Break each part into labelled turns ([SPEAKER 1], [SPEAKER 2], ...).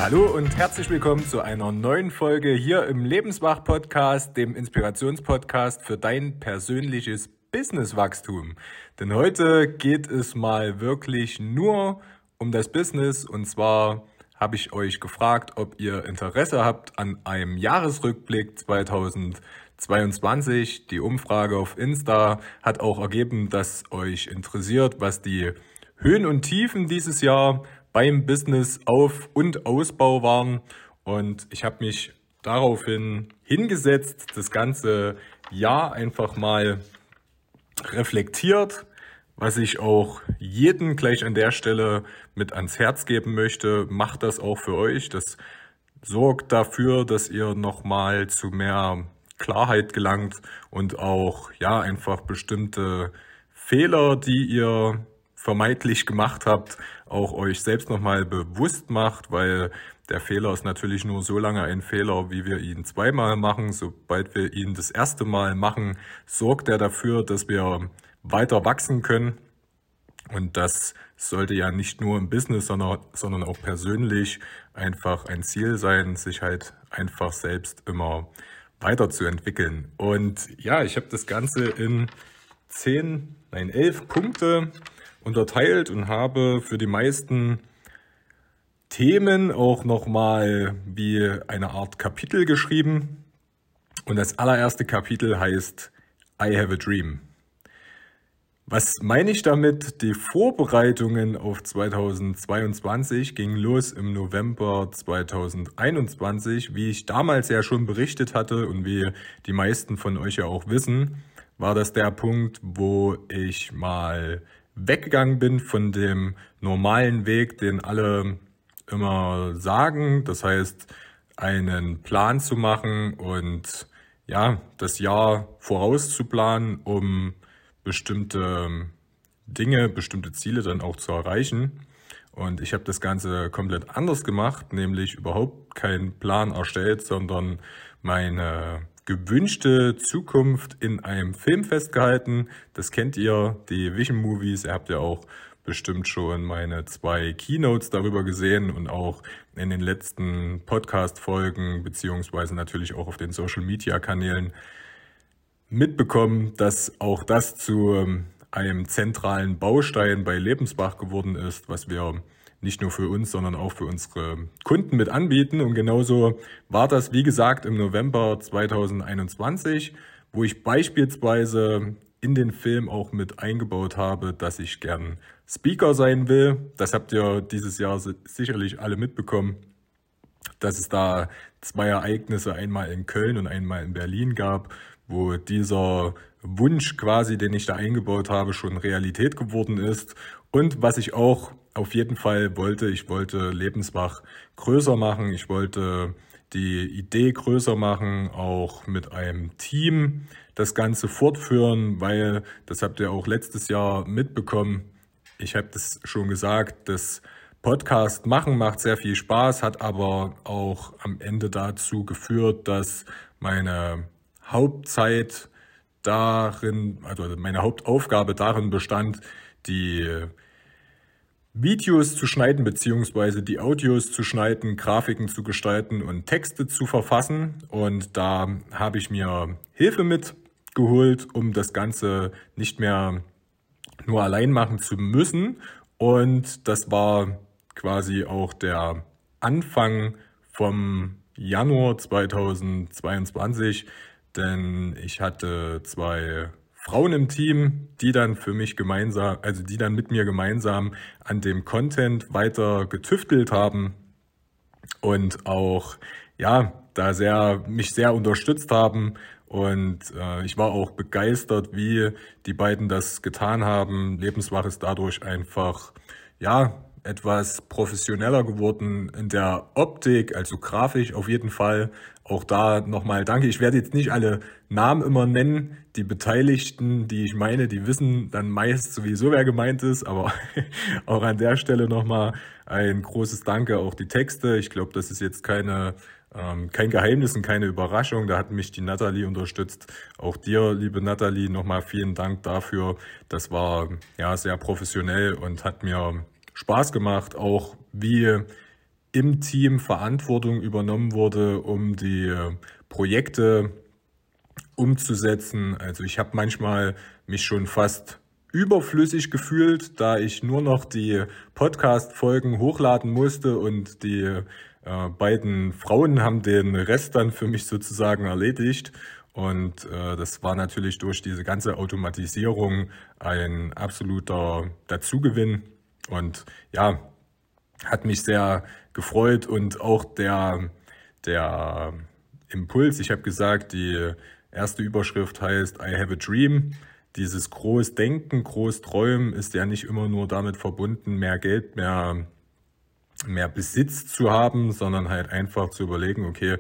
[SPEAKER 1] Hallo und herzlich willkommen zu einer neuen Folge hier im Lebenswach-Podcast, dem Inspirationspodcast für dein persönliches Businesswachstum. Denn heute geht es mal wirklich nur um das Business, und zwar habe ich euch gefragt, ob ihr Interesse habt an einem Jahresrückblick 2022. Die Umfrage auf Insta hat auch ergeben, dass euch interessiert, was die Höhen und Tiefen dieses Jahr beim Business Auf- und Ausbau waren. Und ich habe mich daraufhin hingesetzt, das ganze Jahr einfach mal reflektiert, was ich auch jedem gleich an der Stelle mit ans Herz geben möchte. Macht das auch für euch. Das sorgt dafür, dass ihr nochmal zu mehr Klarheit gelangt und auch einfach bestimmte Fehler, die ihr vermeintlich gemacht habt, auch euch selbst nochmal bewusst macht, weil der Fehler ist natürlich nur so lange ein Fehler, wie wir ihn zweimal machen. Sobald wir ihn das erste Mal machen, sorgt er dafür, dass wir weiter wachsen können. Und das sollte ja nicht nur im Business, sondern auch persönlich einfach ein Ziel sein, sich halt einfach selbst immer weiterzuentwickeln. Und ja, ich habe das Ganze in 11 Punkte unterteilt und habe für die meisten Themen auch nochmal wie eine Art Kapitel geschrieben. Und das allererste Kapitel heißt I have a dream. Was meine ich damit? Die Vorbereitungen auf 2022 gingen los im November 2021. Wie ich damals ja schon berichtet hatte und wie die meisten von euch ja auch wissen, war das der Punkt, wo ich mal weggegangen bin von dem normalen Weg, den alle immer sagen. Das heißt, einen Plan zu machen und das Jahr vorauszuplanen, um bestimmte Dinge, bestimmte Ziele dann auch zu erreichen. Und ich habe das Ganze komplett anders gemacht, nämlich überhaupt keinen Plan erstellt, sondern meine gewünschte Zukunft in einem Film festgehalten. Das kennt ihr, die Vision Movies. Ihr habt ja auch bestimmt schon meine 2 Keynotes darüber gesehen und auch in den letzten Podcast-Folgen beziehungsweise natürlich auch auf den Social-Media-Kanälen mitbekommen, dass auch das zu einem zentralen Baustein bei Lebenswach geworden ist, was wir nicht nur für uns, sondern auch für unsere Kunden mit anbieten. Und genauso war das, wie gesagt, im November 2021, wo ich beispielsweise in den Film auch mit eingebaut habe, dass ich gern Speaker sein will. Das habt ihr dieses Jahr sicherlich alle mitbekommen, dass es da 2 Ereignisse, einmal in Köln und einmal in Berlin gab, wo dieser Wunsch quasi, den ich da eingebaut habe, schon Realität geworden ist. Und was ich auch auf jeden Fall wollte, ich wollte Lebenswach größer machen, ich wollte die Idee größer machen, auch mit einem Team das Ganze fortführen, weil, das habt ihr auch letztes Jahr mitbekommen, ich habe das schon gesagt, das Podcast machen macht sehr viel Spaß, hat aber auch am Ende dazu geführt, dass meine Hauptzeit darin, also meine Hauptaufgabe darin bestand, die Videos zu schneiden beziehungsweise die Audios zu schneiden, Grafiken zu gestalten und Texte zu verfassen. Und da habe ich mir Hilfe mitgeholt, um das Ganze nicht mehr nur allein machen zu müssen. Und das war quasi auch der Anfang vom Januar 2022, denn ich hatte 2 Frauen im Team, die dann für mich gemeinsam, also die dann mit mir gemeinsam an dem Content weiter getüftelt haben und auch mich sehr unterstützt haben. Und ich war auch begeistert, wie die beiden das getan haben. Lebenswach ist dadurch einfach etwas professioneller geworden in der Optik, also grafisch auf jeden Fall. Auch da nochmal danke. Ich werde jetzt nicht alle Namen immer nennen. Die Beteiligten, die ich meine, die wissen dann meist sowieso, wer gemeint ist. Aber auch an der Stelle nochmal ein großes Danke. Auch die Texte. Ich glaube, das ist jetzt kein Geheimnis und keine Überraschung. Da hat mich die Nathalie unterstützt. Auch dir, liebe Nathalie, nochmal vielen Dank dafür. Das war sehr professionell und hat mir Spaß gemacht, auch wie im Team Verantwortung übernommen wurde, um die Projekte umzusetzen. Also ich habe manchmal mich schon fast überflüssig gefühlt, da ich nur noch die Podcast-Folgen hochladen musste und die beiden Frauen haben den Rest dann für mich sozusagen erledigt. Und das war natürlich durch diese ganze Automatisierung ein absoluter Dazugewinn. Und ja, hat mich sehr gefreut und auch der Impuls. Ich habe gesagt, die erste Überschrift heißt I have a dream. Dieses Großdenken, Großträumen ist ja nicht immer nur damit verbunden, mehr Geld, mehr Besitz zu haben, sondern halt einfach zu überlegen, okay,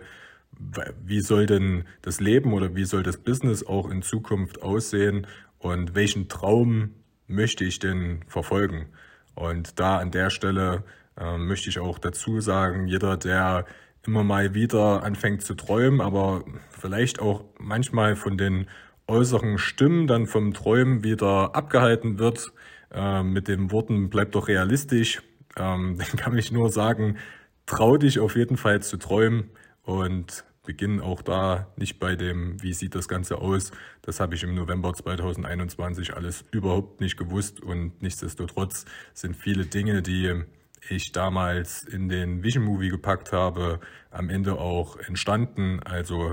[SPEAKER 1] wie soll denn das Leben oder wie soll das Business auch in Zukunft aussehen und welchen Traum möchte ich denn verfolgen? Und da an der Stelle möchte ich auch dazu sagen, jeder, der immer mal wieder anfängt zu träumen, aber vielleicht auch manchmal von den äußeren Stimmen dann vom Träumen wieder abgehalten wird, mit den Worten, bleib doch realistisch, dann kann ich nur sagen, trau dich auf jeden Fall zu träumen und beginn auch da nicht bei dem, wie sieht das Ganze aus. Das habe ich im November 2021 alles überhaupt nicht gewusst und nichtsdestotrotz sind viele Dinge, die ich damals in den Vision Movie gepackt habe, am Ende auch entstanden. Also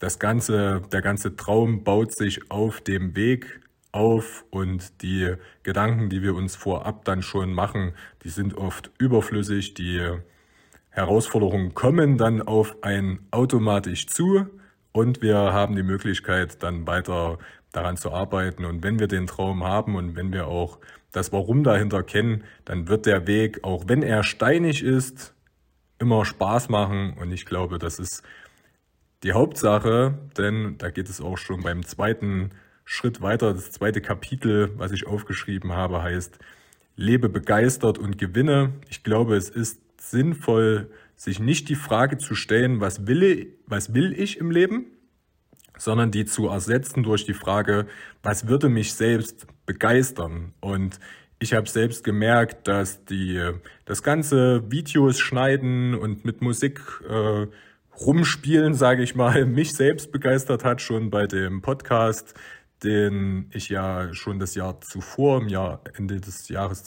[SPEAKER 1] der ganze Traum baut sich auf dem Weg auf und die Gedanken, die wir uns vorab dann schon machen, die sind oft überflüssig. Die Herausforderungen kommen dann auf einen automatisch zu und wir haben die Möglichkeit, dann weiter daran zu arbeiten. Und wenn wir den Traum haben und wenn wir auch das Warum dahinter kennen, dann wird der Weg, auch wenn er steinig ist, immer Spaß machen. Und ich glaube, das ist die Hauptsache, denn da geht es auch schon beim zweiten Schritt weiter. Das zweite Kapitel, was ich aufgeschrieben habe, heißt, lebe begeistert und gewinne. Ich glaube, es ist sinnvoll, sich nicht die Frage zu stellen, was will ich im Leben, sondern die zu ersetzen durch die Frage, was würde mich selbst begeistern? Und ich habe selbst gemerkt, dass das ganze Videos schneiden und mit Musik rumspielen, sage ich mal, mich selbst begeistert hat, schon bei dem Podcast, den ich ja schon das Jahr zuvor, Ende des Jahres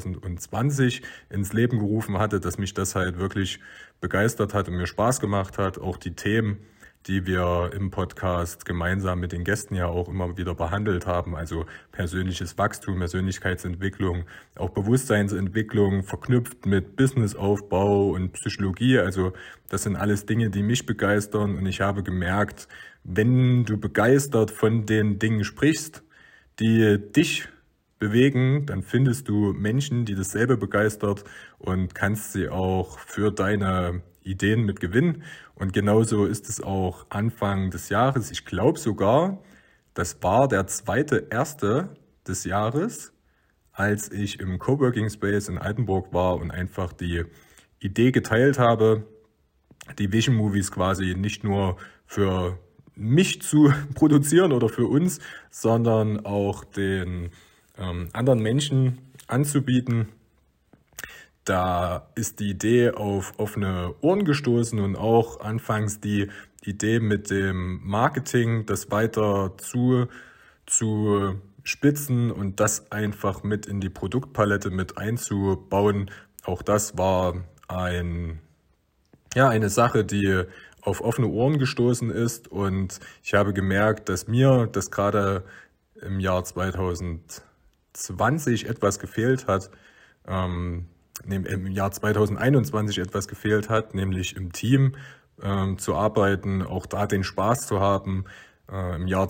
[SPEAKER 1] 2020 ins Leben gerufen hatte, dass mich das halt wirklich begeistert hat und mir Spaß gemacht hat. Auch die Themen, die wir im Podcast gemeinsam mit den Gästen ja auch immer wieder behandelt haben, also persönliches Wachstum, Persönlichkeitsentwicklung, auch Bewusstseinsentwicklung verknüpft mit Businessaufbau und Psychologie. Also das sind alles Dinge, die mich begeistern und ich habe gemerkt, wenn du begeistert von den Dingen sprichst, die dich bewegen, dann findest du Menschen, die dasselbe begeistert und kannst sie auch für deine Ideen mit gewinnen. Und genauso ist es auch Anfang des Jahres. Ich glaube sogar, das war der 2.1. des Jahres, als ich im Coworking Space in Altenburg war und einfach die Idee geteilt habe, die Vision Movies quasi nicht nur für mich zu produzieren oder für uns, sondern auch den anderen Menschen anzubieten. Da ist die Idee auf offene Ohren gestoßen und auch anfangs die Idee mit dem Marketing, das weiter zu spitzen und das einfach mit in die Produktpalette mit einzubauen. Auch das war eine Sache, die auf offene Ohren gestoßen ist und ich habe gemerkt, dass mir das gerade im Jahr 2020 etwas gefehlt hat, im Jahr 2021 etwas gefehlt hat, nämlich im Team zu arbeiten, auch da den Spaß zu haben. Im Jahr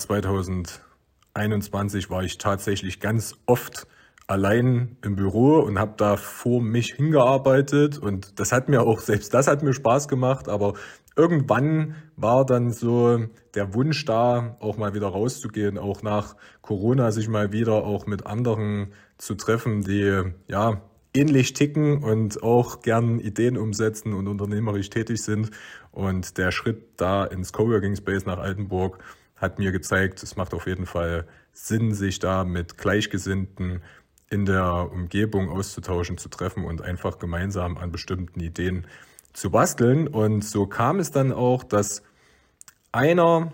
[SPEAKER 1] 2021 war ich tatsächlich ganz oft allein im Büro und habe da vor mich hingearbeitet und selbst das hat mir Spaß gemacht, aber irgendwann war dann so der Wunsch da, auch mal wieder rauszugehen, auch nach Corona sich mal wieder auch mit anderen zu treffen, die ja ähnlich ticken und auch gern Ideen umsetzen und unternehmerisch tätig sind. Und der Schritt da ins Coworking Space nach Altenburg hat mir gezeigt, es macht auf jeden Fall Sinn, sich da mit Gleichgesinnten in der Umgebung auszutauschen, zu treffen und einfach gemeinsam an bestimmten Ideen zu basteln. Und so kam es dann auch, dass einer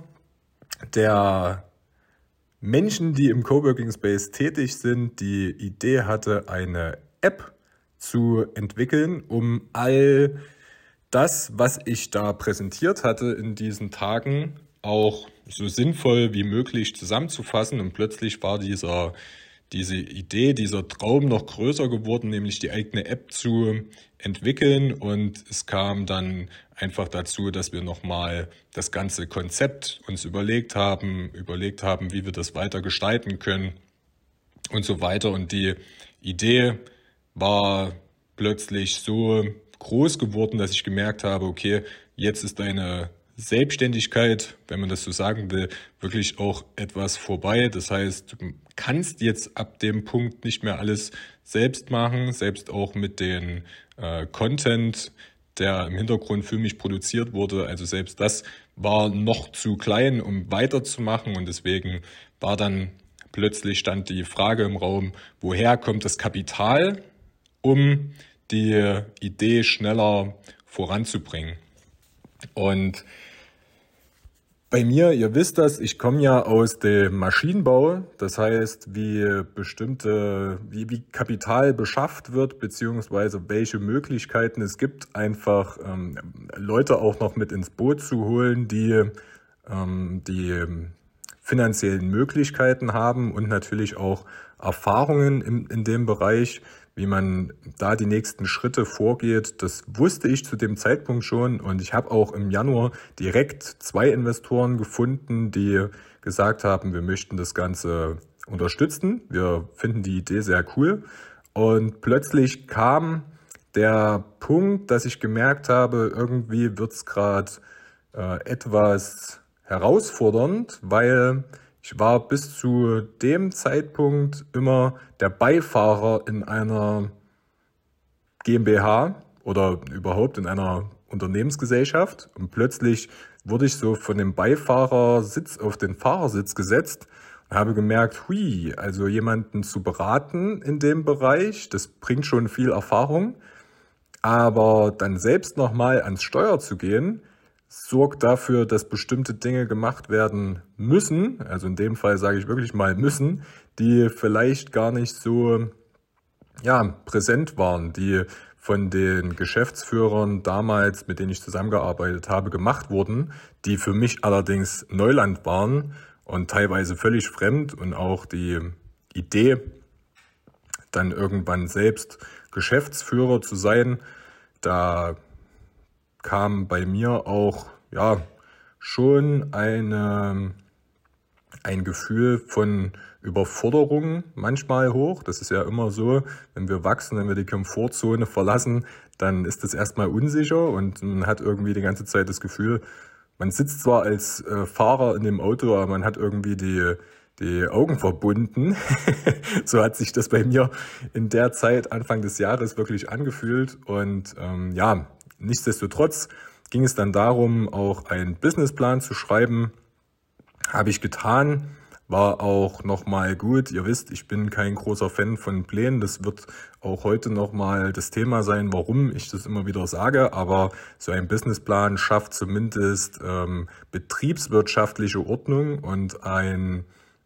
[SPEAKER 1] der Menschen, die im Coworking Space tätig sind, die Idee hatte, eine App zu entwickeln, um all das, was ich da präsentiert hatte in diesen Tagen, auch so sinnvoll wie möglich zusammenzufassen. Und plötzlich war diese Idee, dieser Traum noch größer geworden, nämlich die eigene App zu entwickeln. Und es kam dann einfach dazu, dass wir nochmal das ganze Konzept uns überlegt haben, wie wir das weiter gestalten können und so weiter. Und die Idee war plötzlich so groß geworden, dass ich gemerkt habe, okay, jetzt ist deine Selbstständigkeit, wenn man das so sagen will, wirklich auch etwas vorbei. Das heißt, du kannst jetzt ab dem Punkt nicht mehr alles selbst machen, selbst auch mit den Content, der im Hintergrund für mich produziert wurde. Also selbst das war noch zu klein, um weiterzumachen, und deswegen stand die Frage im Raum, woher kommt das Kapital, um die Idee schneller voranzubringen. Und bei mir, ihr wisst das, ich komme ja aus dem Maschinenbau, das heißt, wie Kapital beschafft wird, beziehungsweise welche Möglichkeiten es gibt, einfach Leute auch noch mit ins Boot zu holen, die die finanziellen Möglichkeiten haben und natürlich auch Erfahrungen in dem Bereich, wie man da die nächsten Schritte vorgeht. Das wusste ich zu dem Zeitpunkt schon, und ich habe auch im Januar direkt 2 Investoren gefunden, die gesagt haben, wir möchten das Ganze unterstützen. Wir finden die Idee sehr cool. Und plötzlich kam der Punkt, dass ich gemerkt habe, irgendwie wird es gerade etwas herausfordernd, weil ich war bis zu dem Zeitpunkt immer der Beifahrer in einer GmbH oder überhaupt in einer Unternehmensgesellschaft, und plötzlich wurde ich so von dem Beifahrersitz auf den Fahrersitz gesetzt und habe gemerkt, hui, also jemanden zu beraten in dem Bereich, das bringt schon viel Erfahrung, aber dann selbst nochmal ans Steuer zu gehen, sorgt dafür, dass bestimmte Dinge gemacht werden müssen, also in dem Fall sage ich wirklich mal müssen, die vielleicht gar nicht so präsent waren, die von den Geschäftsführern damals, mit denen ich zusammengearbeitet habe, gemacht wurden, die für mich allerdings Neuland waren und teilweise völlig fremd, und auch die Idee, dann irgendwann selbst Geschäftsführer zu sein, da kam bei mir auch schon ein Gefühl von Überforderung manchmal hoch. Das ist ja immer so, wenn wir wachsen, wenn wir die Komfortzone verlassen, dann ist das erstmal unsicher und man hat irgendwie die ganze Zeit das Gefühl, man sitzt zwar als Fahrer in dem Auto, aber man hat irgendwie die Augen verbunden. So hat sich das bei mir in der Zeit Anfang des Jahres wirklich angefühlt. Und nichtsdestotrotz ging es dann darum, auch einen Businessplan zu schreiben. Habe ich getan, war auch nochmal gut. Ihr wisst, ich bin kein großer Fan von Plänen. Das wird auch heute nochmal das Thema sein, warum ich das immer wieder sage. Aber so ein Businessplan schafft zumindest betriebswirtschaftliche Ordnung und ein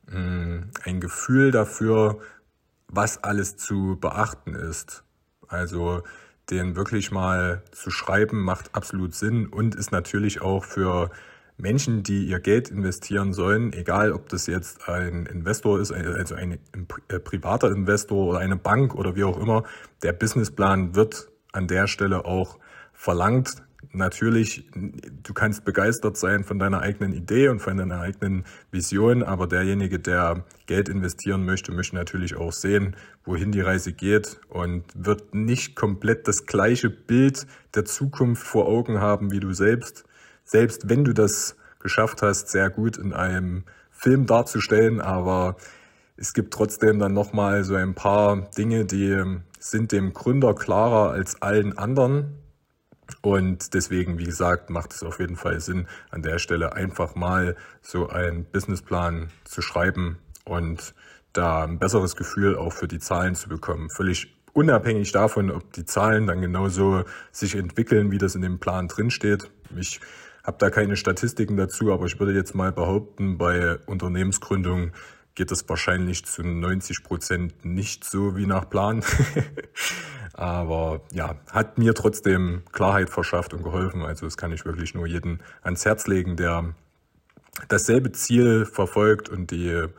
[SPEAKER 1] Gefühl dafür, was alles zu beachten ist. Also den wirklich mal zu schreiben, macht absolut Sinn und ist natürlich auch für Menschen, die ihr Geld investieren sollen, egal ob das jetzt ein Investor ist, also ein privater Investor oder eine Bank oder wie auch immer, der Businessplan wird an der Stelle auch verlangt. Natürlich, du kannst begeistert sein von deiner eigenen Idee und von deiner eigenen Vision, aber derjenige, der Geld investieren möchte, möchte natürlich auch sehen, wohin die Reise geht und wird nicht komplett das gleiche Bild der Zukunft vor Augen haben wie du selbst. Selbst wenn du das geschafft hast, sehr gut in einem Film darzustellen, aber es gibt trotzdem dann nochmal so ein paar Dinge, die sind dem Gründer klarer als allen anderen. Und deswegen, wie gesagt, macht es auf jeden Fall Sinn, an der Stelle einfach mal so einen Businessplan zu schreiben und da ein besseres Gefühl auch für die Zahlen zu bekommen. Völlig unabhängig davon, ob die Zahlen dann genauso sich entwickeln, wie das in dem Plan drinsteht. Ich habe da keine Statistiken dazu, aber ich würde jetzt mal behaupten, bei Unternehmensgründung geht es wahrscheinlich zu 90% nicht so wie nach Plan. Aber ja, hat mir trotzdem Klarheit verschafft und geholfen. Also das kann ich wirklich nur jedem ans Herz legen, der dasselbe Ziel verfolgt und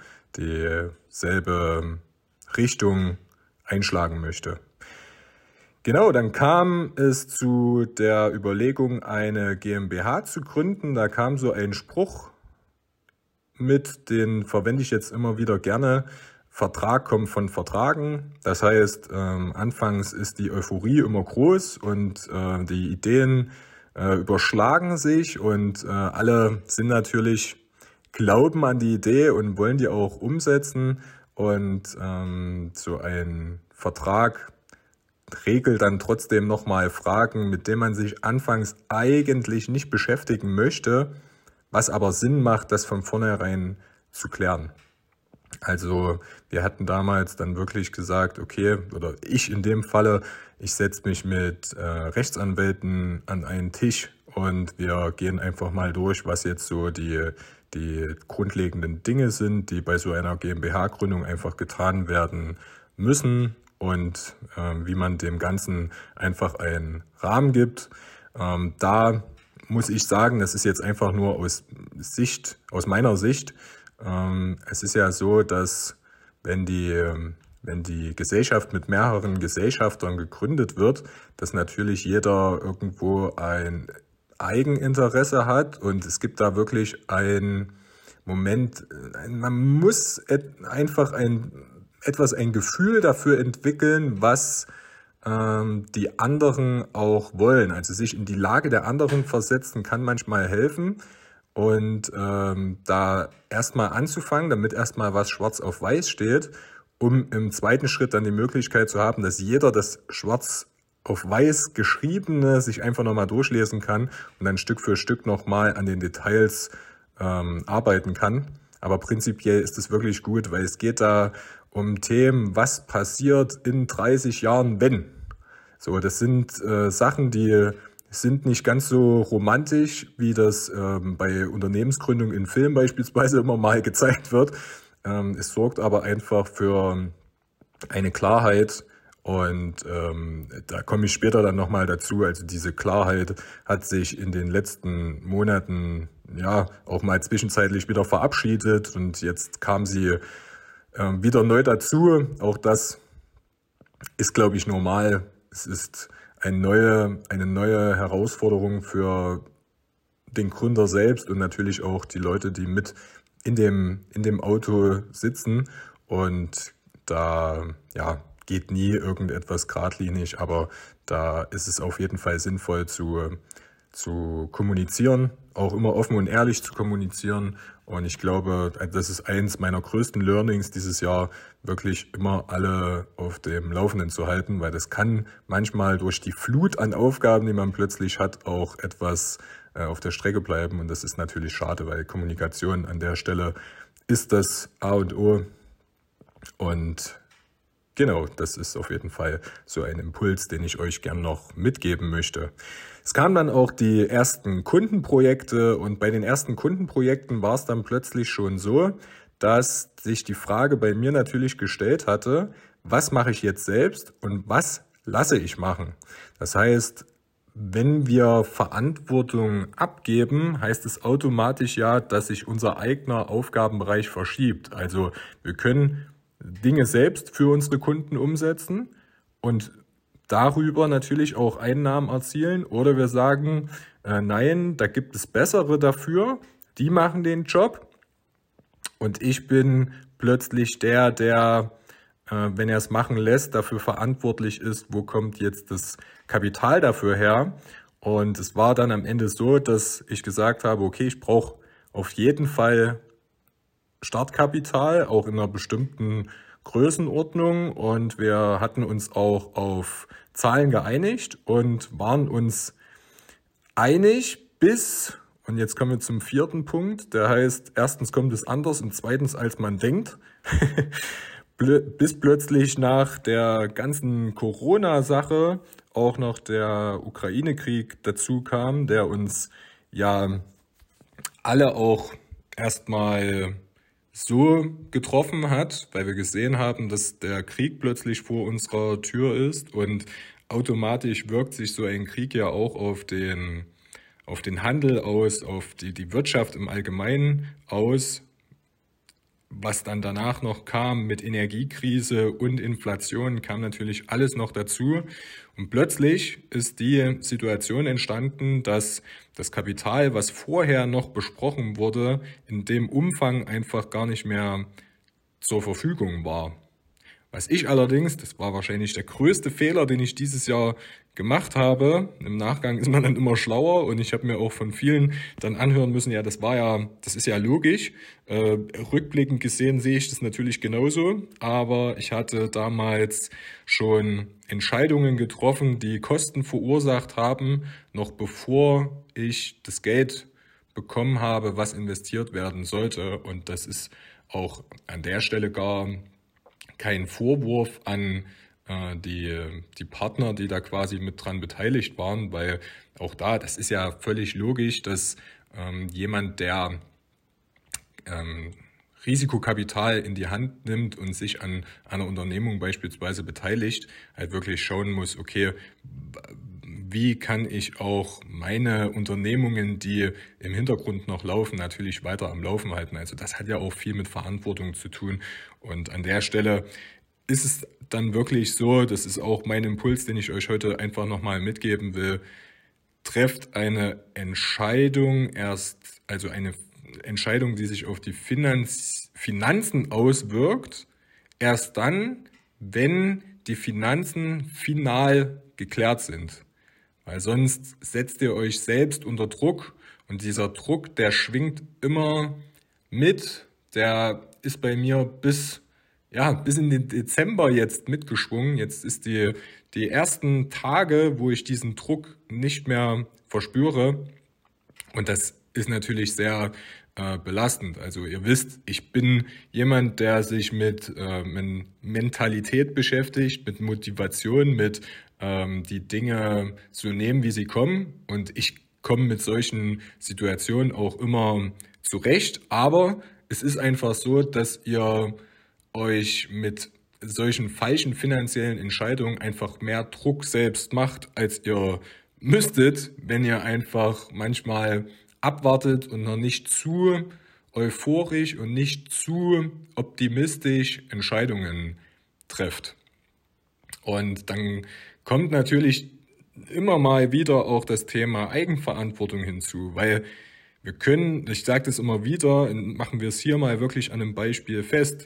[SPEAKER 1] dieselbe Richtung einschlagen möchte. Genau, dann kam es zu der Überlegung, eine GmbH zu gründen. Da kam so ein Spruch mit, den verwende ich jetzt immer wieder gerne. Vertrag kommt von Vertragen. Das heißt, anfangs ist die Euphorie immer groß und die Ideen überschlagen sich und alle sind natürlich, glauben an die Idee und wollen die auch umsetzen. Und so ein Vertrag regelt dann trotzdem nochmal Fragen, mit denen man sich anfangs eigentlich nicht beschäftigen möchte, was aber Sinn macht, das von vornherein zu klären. Also wir hatten damals dann wirklich gesagt, okay, oder ich in dem Falle, ich setze mich mit Rechtsanwälten an einen Tisch und wir gehen einfach mal durch, was jetzt so die grundlegenden Dinge sind, die bei so einer GmbH-Gründung einfach getan werden müssen und wie man dem Ganzen einfach einen Rahmen gibt. Da muss ich sagen, das ist jetzt einfach nur aus meiner Sicht. Es ist ja so, dass wenn die Gesellschaft mit mehreren Gesellschaftern gegründet wird, dass natürlich jeder irgendwo ein Eigeninteresse hat und es gibt da wirklich einen Moment, man muss einfach ein Gefühl dafür entwickeln, was die anderen auch wollen. Also sich in die Lage der anderen versetzen kann manchmal helfen. Und da erstmal anzufangen, damit erstmal was schwarz auf weiß steht, um im zweiten Schritt dann die Möglichkeit zu haben, dass jeder das schwarz auf weiß Geschriebene sich einfach nochmal durchlesen kann und dann Stück für Stück nochmal an den Details arbeiten kann. Aber prinzipiell ist es wirklich gut, weil es geht da um Themen, was passiert in 30 Jahren, wenn. So, das sind Sachen, die sind nicht ganz so romantisch, wie das bei Unternehmensgründung in Filmen beispielsweise immer mal gezeigt wird. Es sorgt aber einfach für eine Klarheit und da komme ich später dann nochmal dazu. Also diese Klarheit hat sich in den letzten Monaten ja auch mal zwischenzeitlich wieder verabschiedet und jetzt kam sie wieder neu dazu. Auch das ist, glaube ich, normal. Es ist eine neue Herausforderung für den Gründer selbst und natürlich auch die Leute, die mit in dem Auto sitzen. Und da geht nie irgendetwas geradlinig, aber da ist es auf jeden Fall sinnvoll zu kommunizieren, auch immer offen und ehrlich zu kommunizieren. Und ich glaube, das ist eins meiner größten Learnings dieses Jahr, wirklich immer alle auf dem Laufenden zu halten, weil das kann manchmal durch die Flut an Aufgaben, die man plötzlich hat, auch etwas auf der Strecke bleiben. Und das ist natürlich schade, weil Kommunikation an der Stelle ist das A und O. Und genau, das ist auf jeden Fall so ein Impuls, den ich euch gern noch mitgeben möchte. Es kamen dann auch die ersten Kundenprojekte und bei den ersten Kundenprojekten war es dann plötzlich schon so, dass sich die Frage bei mir natürlich gestellt hatte, was mache ich jetzt selbst und was lasse ich machen? Das heißt, wenn wir Verantwortung abgeben, heißt es automatisch ja, dass sich unser eigener Aufgabenbereich verschiebt. Also wir können Dinge selbst für unsere Kunden umsetzen und darüber natürlich auch Einnahmen erzielen. Oder wir sagen, nein, da gibt es bessere dafür, die machen den Job. Und ich bin plötzlich der, wenn er es machen lässt, dafür verantwortlich ist, wo kommt jetzt das Kapital dafür her. Und es war dann am Ende so, dass ich gesagt habe, okay, ich brauche auf jeden Fall Startkapital, auch in einer bestimmten Größenordnung. Und wir hatten uns auch auf Zahlen geeinigt und waren uns einig bis, und jetzt kommen wir zum vierten Punkt, der heißt, erstens kommt es anders und zweitens als man denkt. bis plötzlich nach der ganzen Corona-Sache auch noch der Ukraine-Krieg dazu kam, der uns ja alle auch erstmal so getroffen hat, weil wir gesehen haben, dass der Krieg plötzlich vor unserer Tür ist, und automatisch wirkt sich so ein Krieg ja auch auf den Handel aus, auf die Wirtschaft im Allgemeinen aus. Was dann danach noch kam mit Energiekrise und Inflation, kam natürlich alles noch dazu. Und plötzlich ist die Situation entstanden, dass das Kapital, was vorher noch besprochen wurde, in dem Umfang einfach gar nicht mehr zur Verfügung war. Was ich allerdings, das war wahrscheinlich der größte Fehler, den ich dieses Jahr gemacht habe. Im Nachgang ist man dann immer schlauer, und ich habe mir auch von vielen dann anhören müssen, ja, das ist ja logisch. Rückblickend gesehen sehe ich das natürlich genauso, aber ich hatte damals schon Entscheidungen getroffen, die Kosten verursacht haben, noch bevor ich das Geld bekommen habe, was investiert werden sollte. Und das ist auch an der Stelle gar kein Vorwurf an die Partner, die da quasi mit dran beteiligt waren, weil auch da, das ist ja völlig logisch, dass jemand, der Risikokapital in die Hand nimmt und sich an einer Unternehmung beispielsweise beteiligt, halt wirklich schauen muss, okay, wie kann ich auch meine Unternehmungen, die im Hintergrund noch laufen, natürlich weiter am Laufen halten. Also das hat ja auch viel mit Verantwortung zu tun. Und an der Stelle ist es dann wirklich so, das ist auch mein Impuls, den ich euch heute einfach nochmal mitgeben will: Trefft eine Entscheidung also eine Entscheidung, die sich auf die Finanzen auswirkt, erst dann, wenn die Finanzen final geklärt sind. Weil sonst setzt ihr euch selbst unter Druck, und dieser Druck, der schwingt immer mit. Der ist bei mir bis in den Dezember jetzt mitgeschwungen. Jetzt ist die ersten Tage, wo ich diesen Druck nicht mehr verspüre. Und das ist natürlich sehr belastend. Also ihr wisst, ich bin jemand, der sich mit Mentalität beschäftigt, mit Motivation, mit die Dinge so nehmen, wie sie kommen. Und ich komme mit solchen Situationen auch immer zurecht. Aber es ist einfach so, dass ihr euch mit solchen falschen finanziellen Entscheidungen einfach mehr Druck selbst macht, als ihr müsstet, wenn ihr einfach manchmal abwartet und noch nicht zu euphorisch und nicht zu optimistisch Entscheidungen trefft. Und dann kommt natürlich immer mal wieder auch das Thema Eigenverantwortung hinzu, weil wir können, ich sage das immer wieder, machen wir es hier mal wirklich an einem Beispiel fest.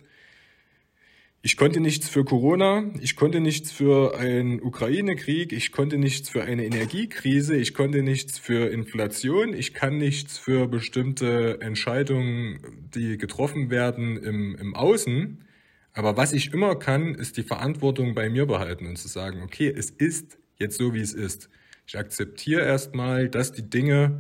[SPEAKER 1] Ich konnte nichts für Corona, ich konnte nichts für einen Ukraine-Krieg, ich konnte nichts für eine Energiekrise, ich konnte nichts für Inflation, ich kann nichts für bestimmte Entscheidungen, die getroffen werden im Außen. Aber was ich immer kann, ist die Verantwortung bei mir behalten und zu sagen, okay, es ist jetzt so, wie es ist. Ich akzeptiere erstmal, dass die Dinge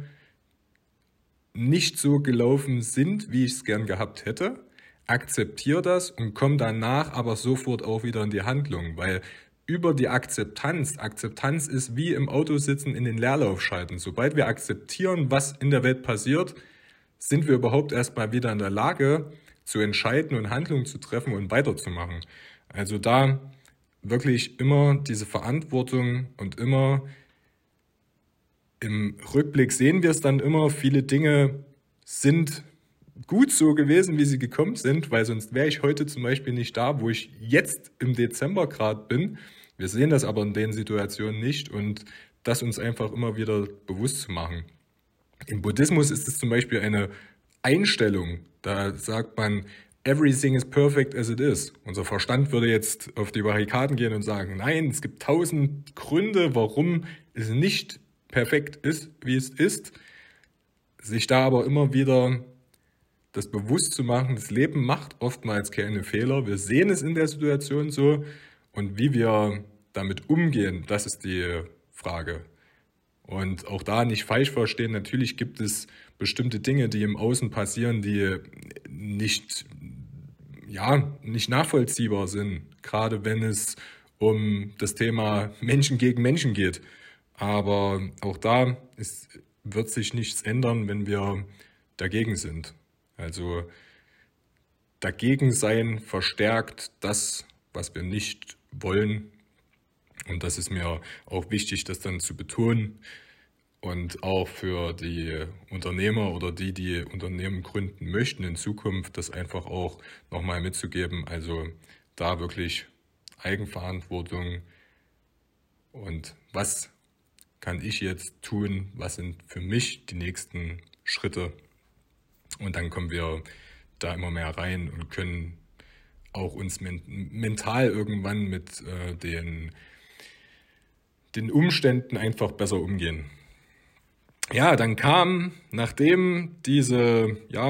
[SPEAKER 1] nicht so gelaufen sind, wie ich es gern gehabt hätte. Akzeptiere das und komme danach aber sofort auch wieder in die Handlung, weil über die Akzeptanz ist wie im Auto sitzen, in den Leerlauf schalten. Sobald wir akzeptieren, was in der Welt passiert, sind wir überhaupt erstmal wieder in der Lage zu entscheiden und Handlungen zu treffen und weiterzumachen. Also da wirklich immer diese Verantwortung, und immer im Rückblick sehen wir es dann immer, viele Dinge sind gut so gewesen, wie sie gekommen sind, weil sonst wäre ich heute zum Beispiel nicht da, wo ich jetzt im Dezember gerade bin. Wir sehen das aber in den Situationen nicht, und das uns einfach immer wieder bewusst zu machen. Im Buddhismus ist es zum Beispiel eine Einstellung. Da sagt man, everything is perfect as it is. Unser Verstand würde jetzt auf die Barrikaden gehen und sagen, nein, es gibt 1000 Gründe, warum es nicht perfekt ist, wie es ist. Sich da aber immer wieder das bewusst zu machen, das Leben macht oftmals keine Fehler. Wir sehen es in der Situation so, und wie wir damit umgehen, das ist die Frage. Und auch da nicht falsch verstehen, natürlich gibt es bestimmte Dinge, die im Außen passieren, die nicht ja nicht nachvollziehbar sind, gerade wenn es um das Thema Menschen gegen Menschen geht. Aber auch da wird sich nichts ändern, wenn wir dagegen sind. Also dagegen sein verstärkt das, was wir nicht wollen. Und das ist mir auch wichtig, das dann zu betonen. Und auch für die Unternehmer oder die Unternehmen gründen möchten in Zukunft, das einfach auch nochmal mitzugeben. Also da wirklich Eigenverantwortung und was kann ich jetzt tun, was sind für mich die nächsten Schritte. Und dann kommen wir da immer mehr rein und können auch uns mental irgendwann mit den Umständen einfach besser umgehen. Ja, dann kam, nachdem dieser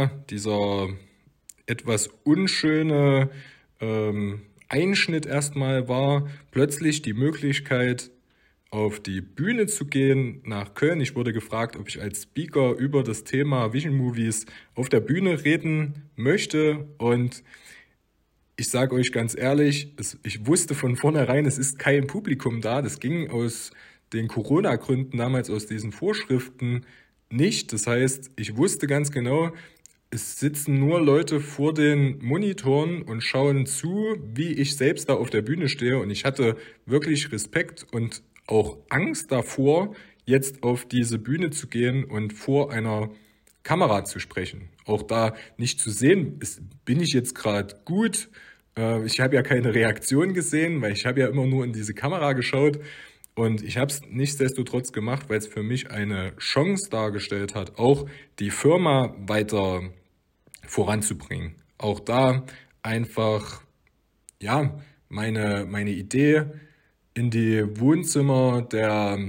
[SPEAKER 1] etwas unschöne Einschnitt erstmal war, plötzlich die Möglichkeit, auf die Bühne zu gehen nach Köln. Ich wurde gefragt, ob ich als Speaker über das Thema Vision Movies auf der Bühne reden möchte. Und ich sage euch ganz ehrlich, ich wusste von vornherein, es ist kein Publikum da. Das ging aus den Corona-Gründen damals, aus diesen Vorschriften nicht. Das heißt, ich wusste ganz genau, es sitzen nur Leute vor den Monitoren und schauen zu, wie ich selbst da auf der Bühne stehe. Und ich hatte wirklich Respekt und auch Angst davor, jetzt auf diese Bühne zu gehen und vor einer Kamera zu sprechen. Auch da nicht zu sehen, bin ich jetzt gerade gut. Ich habe ja keine Reaktion gesehen, weil ich habe ja immer nur in diese Kamera geschaut. Und ich habe es nichtsdestotrotz gemacht, weil es für mich eine Chance dargestellt hat, auch die Firma weiter voranzubringen. Auch da einfach, ja, meine Idee in die Wohnzimmer der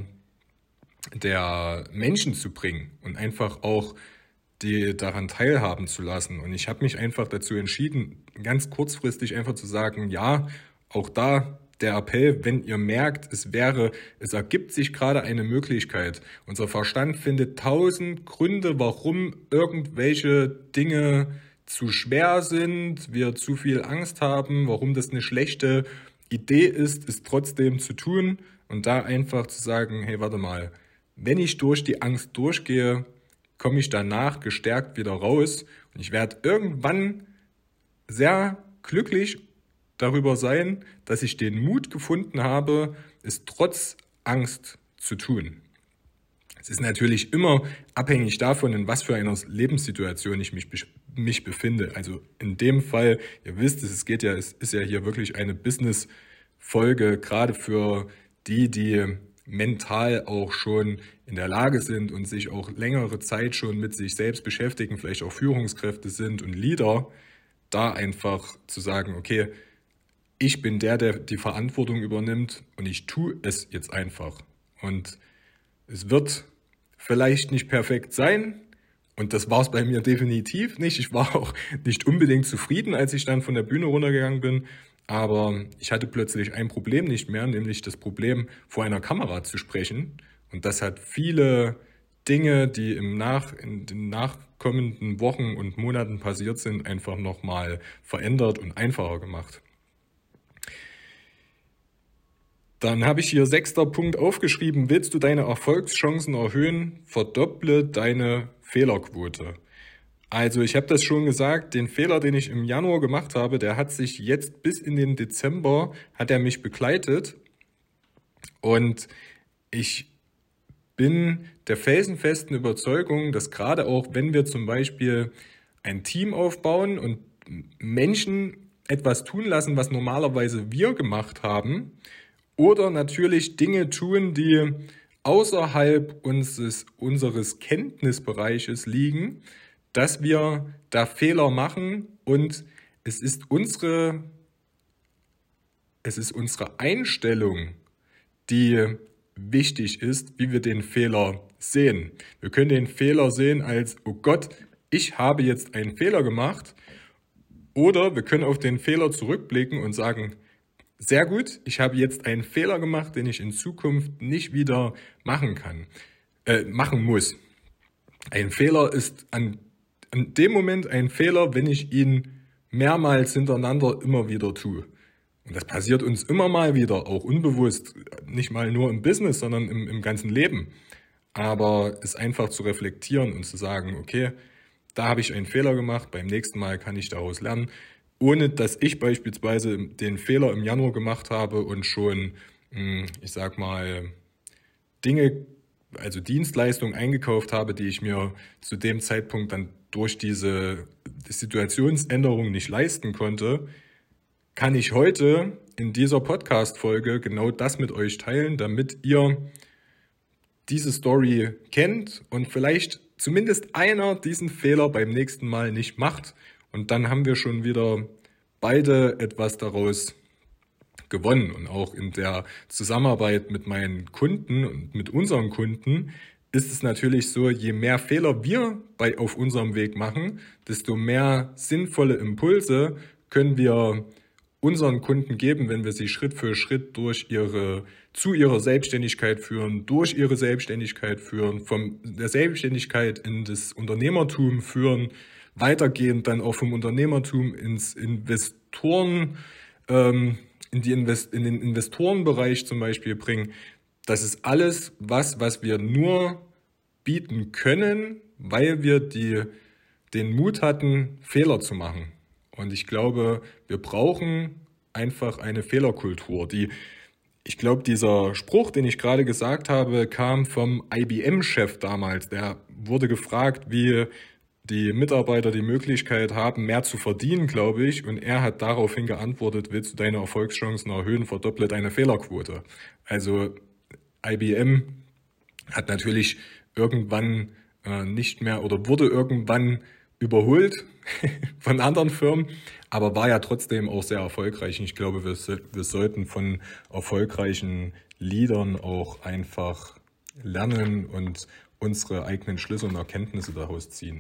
[SPEAKER 1] Menschen zu bringen und einfach auch die daran teilhaben zu lassen. Und ich habe mich einfach dazu entschieden, ganz kurzfristig einfach zu sagen, ja, auch da der Appell, wenn ihr merkt, es ergibt sich gerade eine Möglichkeit. Unser Verstand findet 1000 Gründe, warum irgendwelche Dinge zu schwer sind, wir zu viel Angst haben, warum das eine schlechte Idee ist, es trotzdem zu tun und da einfach zu sagen, hey, warte mal, wenn ich durch die Angst durchgehe, komme ich danach gestärkt wieder raus und ich werde irgendwann sehr glücklich darüber sein, dass ich den Mut gefunden habe, es trotz Angst zu tun. Es ist natürlich immer abhängig davon, in was für einer Lebenssituation ich mich befinde. Also in dem Fall, ihr wisst, es ist ja hier wirklich eine Business-Folge, gerade für die mental auch schon in der Lage sind und sich auch längere Zeit schon mit sich selbst beschäftigen, vielleicht auch Führungskräfte sind und Leader, da einfach zu sagen, okay, ich bin der die Verantwortung übernimmt und ich tue es jetzt einfach. Und es wird vielleicht nicht perfekt sein und das war es bei mir definitiv nicht. Ich war auch nicht unbedingt zufrieden, als ich dann von der Bühne runtergegangen bin, aber ich hatte plötzlich ein Problem nicht mehr, nämlich das Problem, vor einer Kamera zu sprechen. Und das hat viele Dinge, die in den nachkommenden Wochen und Monaten passiert sind, einfach nochmal verändert und einfacher gemacht. Dann habe ich hier 6. Punkt aufgeschrieben. Willst du deine Erfolgschancen erhöhen? Verdopple deine Fehlerquote. Also ich habe das schon gesagt, den Fehler, den ich im Januar gemacht habe, der hat sich jetzt bis in den Dezember, hat er mich begleitet. Und ich bin der felsenfesten Überzeugung, dass gerade auch, wenn wir zum Beispiel ein Team aufbauen und Menschen etwas tun lassen, was normalerweise wir gemacht haben, oder natürlich Dinge tun, die außerhalb unseres Kenntnisbereiches liegen, dass wir da Fehler machen und es ist unsere Einstellung, die wichtig ist, wie wir den Fehler sehen. Wir können den Fehler sehen als, oh Gott, ich habe jetzt einen Fehler gemacht, oder wir können auf den Fehler zurückblicken und sagen, sehr gut, ich habe jetzt einen Fehler gemacht, den ich in Zukunft nicht wieder machen muss. Ein Fehler ist an dem Moment ein Fehler, wenn ich ihn mehrmals hintereinander immer wieder tue. Und das passiert uns immer mal wieder, auch unbewusst, nicht mal nur im Business, sondern im ganzen Leben. Aber es einfach zu reflektieren und zu sagen, okay, da habe ich einen Fehler gemacht, beim nächsten Mal kann ich daraus lernen, ohne dass ich beispielsweise den Fehler im Januar gemacht habe und schon, ich sag mal, Dinge, also Dienstleistungen eingekauft habe, die ich mir zu dem Zeitpunkt dann durch diese Situationsänderung nicht leisten konnte, kann ich heute in dieser Podcast-Folge genau das mit euch teilen, damit ihr diese Story kennt und vielleicht zumindest einer diesen Fehler beim nächsten Mal nicht macht. Und dann haben wir schon wieder beide etwas daraus gewonnen. Und auch in der Zusammenarbeit mit meinen Kunden und mit unseren Kunden ist es natürlich so, je mehr Fehler wir auf unserem Weg machen, desto mehr sinnvolle Impulse können wir unseren Kunden geben, wenn wir sie Schritt für Schritt zu ihrer Selbstständigkeit führen, durch ihre Selbstständigkeit führen, von der Selbstständigkeit in das Unternehmertum führen, weitergehend dann auch vom Unternehmertum ins Investoren, in den Investorenbereich zum Beispiel bringen. Das ist alles was wir nur bieten können, weil wir den Mut hatten, Fehler zu machen. Und ich glaube, wir brauchen einfach eine Fehlerkultur. Ich glaube, dieser Spruch, den ich gerade gesagt habe, kam vom IBM-Chef damals. Der wurde gefragt, wie die Mitarbeiter die Möglichkeit haben, mehr zu verdienen, glaube ich. Und er hat daraufhin geantwortet, willst du deine Erfolgschancen erhöhen, verdopple deine Fehlerquote. Also IBM hat natürlich irgendwann nicht mehr oder wurde irgendwann überholt von anderen Firmen, aber war ja trotzdem auch sehr erfolgreich. Und ich glaube, wir sollten von erfolgreichen Leadern auch einfach lernen und unsere eigenen Schlüsse und Erkenntnisse daraus ziehen.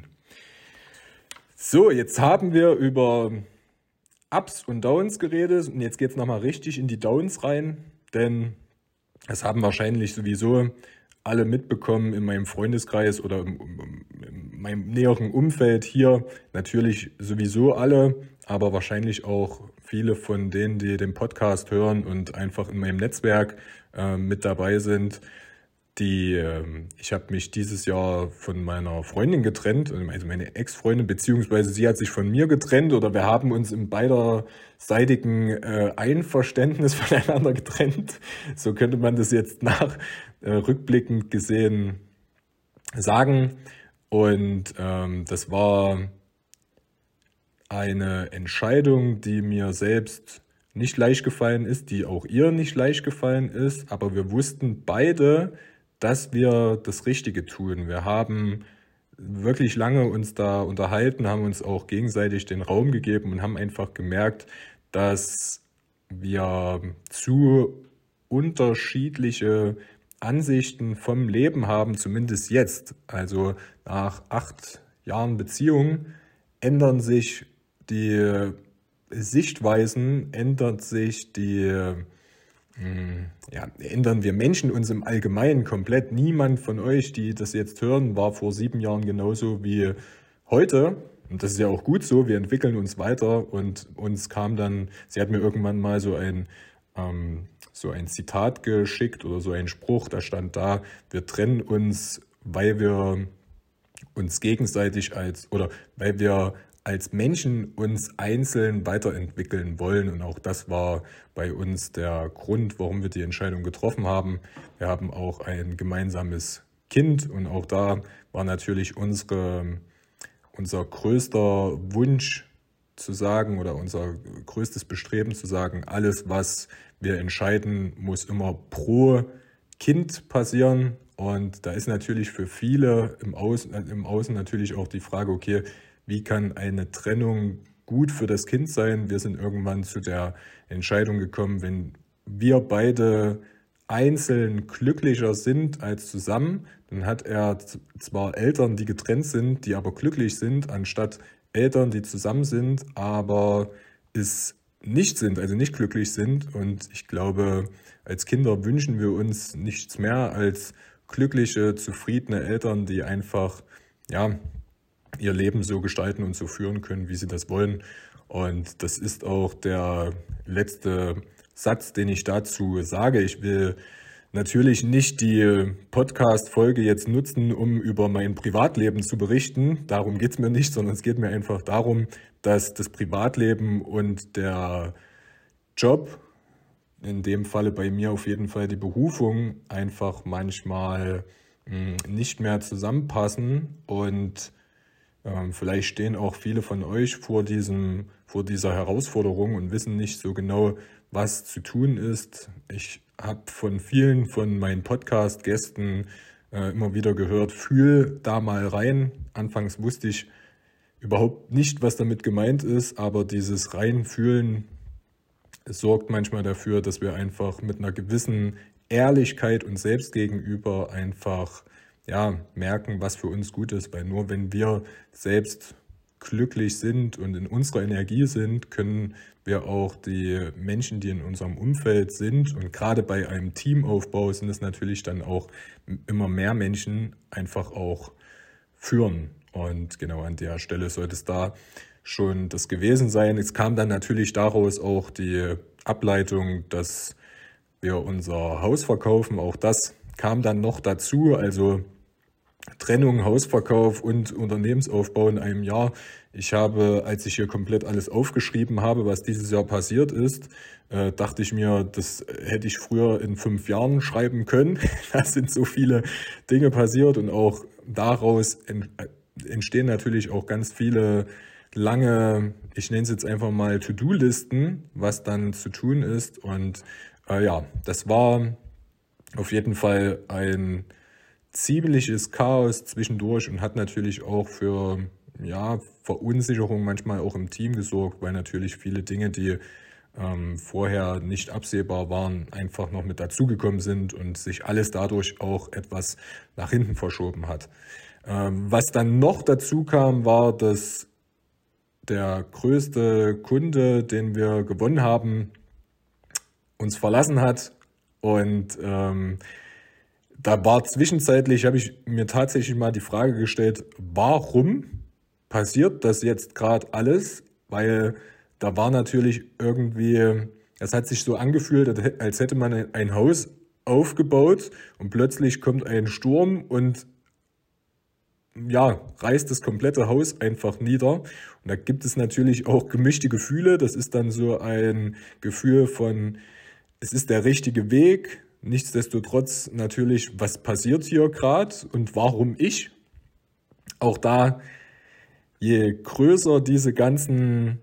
[SPEAKER 1] So, jetzt haben wir über Ups und Downs geredet und jetzt geht es nochmal richtig in die Downs rein, denn das haben wahrscheinlich sowieso alle mitbekommen in meinem Freundeskreis oder in meinem näheren Umfeld hier. Natürlich sowieso alle, aber wahrscheinlich auch viele von denen, die den Podcast hören und einfach in meinem Netzwerk mit dabei sind. Ich habe mich dieses Jahr von meiner Freundin getrennt, also meine Ex-Freundin, beziehungsweise sie hat sich von mir getrennt oder wir haben uns im beiderseitigen Einverständnis voneinander getrennt. So könnte man das jetzt rückblickend gesehen sagen. Und das war eine Entscheidung, die mir selbst nicht leicht gefallen ist, die auch ihr nicht leicht gefallen ist, aber wir wussten beide, dass wir das Richtige tun. Wir haben wirklich lange uns da unterhalten, haben uns auch gegenseitig den Raum gegeben und haben einfach gemerkt, dass wir zu unterschiedliche Ansichten vom Leben haben, zumindest jetzt. Also nach 8 Jahren Beziehung ändern sich die Sichtweisen, ändern wir Menschen uns im Allgemeinen komplett. Niemand von euch, die das jetzt hören, war vor 7 Jahren genauso wie heute. Und das ist ja auch gut so, wir entwickeln uns weiter und uns kam dann, sie hat mir irgendwann mal so ein Zitat geschickt oder so ein Spruch, da stand da, wir trennen uns, weil wir uns gegenseitig weil wir als Menschen uns einzeln weiterentwickeln wollen. Und auch das war bei uns der Grund, warum wir die Entscheidung getroffen haben. Wir haben auch ein gemeinsames Kind und auch da war natürlich unser größter Wunsch zu sagen oder unser größtes Bestreben zu sagen, alles, was wir entscheiden, muss immer pro Kind passieren. Und da ist natürlich für viele im Außen natürlich auch die Frage, okay, wie kann eine Trennung gut für das Kind sein? Wir sind irgendwann zu der Entscheidung gekommen, wenn wir beide einzeln glücklicher sind als zusammen, dann hat er zwar Eltern, die getrennt sind, die aber glücklich sind, anstatt Eltern, die zusammen sind, aber es nicht sind, also nicht glücklich sind. Und ich glaube, als Kinder wünschen wir uns nichts mehr als glückliche, zufriedene Eltern, die einfach, ja, ihr Leben so gestalten und so führen können, wie sie das wollen. Und das ist auch der letzte Satz, den ich dazu sage. Ich will natürlich nicht die Podcast-Folge jetzt nutzen, um über mein Privatleben zu berichten. Darum geht es mir nicht, sondern es geht mir einfach darum, dass das Privatleben und der Job, in dem Falle bei mir auf jeden Fall die Berufung, einfach manchmal nicht mehr zusammenpassen. Und vielleicht stehen auch viele von euch vor dieser Herausforderung und wissen nicht so genau, was zu tun ist. Ich habe von vielen von meinen Podcast-Gästen immer wieder gehört, fühl da mal rein. Anfangs wusste ich überhaupt nicht, was damit gemeint ist, aber dieses Reinfühlen sorgt manchmal dafür, dass wir einfach mit einer gewissen Ehrlichkeit uns selbst gegenüber einfach merken, was für uns gut ist. Weil nur wenn wir selbst glücklich sind und in unserer Energie sind, können wir auch die Menschen, die in unserem Umfeld sind, und gerade bei einem Teamaufbau sind es natürlich dann auch immer mehr Menschen, einfach auch führen. Und genau an der Stelle sollte es da schon das gewesen sein. Es kam dann natürlich daraus auch die Ableitung, dass wir unser Haus verkaufen. Auch das kam dann noch dazu. Also Trennung, Hausverkauf und Unternehmensaufbau in einem Jahr. Ich habe, als ich hier komplett alles aufgeschrieben habe, was dieses Jahr passiert ist, dachte ich mir, das hätte ich früher in 5 Jahren schreiben können. Da sind so viele Dinge passiert und auch daraus entstehen natürlich auch ganz viele lange, ich nenne es jetzt einfach mal To-Do-Listen, was dann zu tun ist. Und das war auf jeden Fall ein ziemliches Chaos zwischendurch und hat natürlich auch für Verunsicherung manchmal auch im Team gesorgt, weil natürlich viele Dinge, die vorher nicht absehbar waren, einfach noch mit dazugekommen sind und sich alles dadurch auch etwas nach hinten verschoben hat. Was dann noch dazu kam, war, dass der größte Kunde, den wir gewonnen haben, uns verlassen hat. Und da war zwischenzeitlich, habe ich mir tatsächlich mal die Frage gestellt, warum passiert das jetzt gerade alles? Weil da war natürlich irgendwie, es hat sich so angefühlt, als hätte man ein Haus aufgebaut und plötzlich kommt ein Sturm und reißt das komplette Haus einfach nieder. Und da gibt es natürlich auch gemischte Gefühle. Das ist dann so ein Gefühl von, es ist der richtige Weg. Nichtsdestotrotz natürlich, was passiert hier gerade und warum ich? Auch da, je größer diese ganzen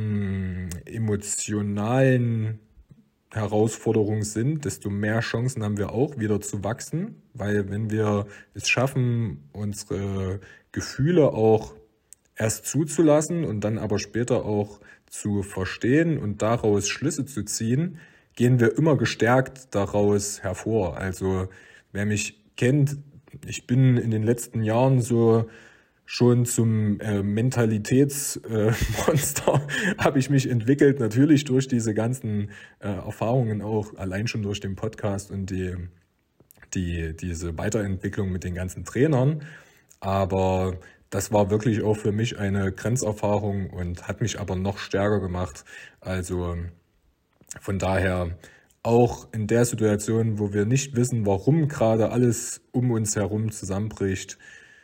[SPEAKER 1] emotionalen Herausforderungen sind, desto mehr Chancen haben wir auch wieder zu wachsen, weil wenn wir es schaffen, unsere Gefühle auch erst zuzulassen und dann aber später auch zu verstehen und daraus Schlüsse zu ziehen, gehen wir immer gestärkt daraus hervor. Also wer mich kennt, ich bin in den letzten Jahren so schon zum Mentalitätsmonster habe ich mich entwickelt, natürlich durch diese ganzen Erfahrungen auch, allein schon durch den Podcast und diese Weiterentwicklung mit den ganzen Trainern. Aber das war wirklich auch für mich eine Grenzerfahrung und hat mich aber noch stärker gemacht. Also von daher auch in der Situation, wo wir nicht wissen, warum gerade alles um uns herum zusammenbricht,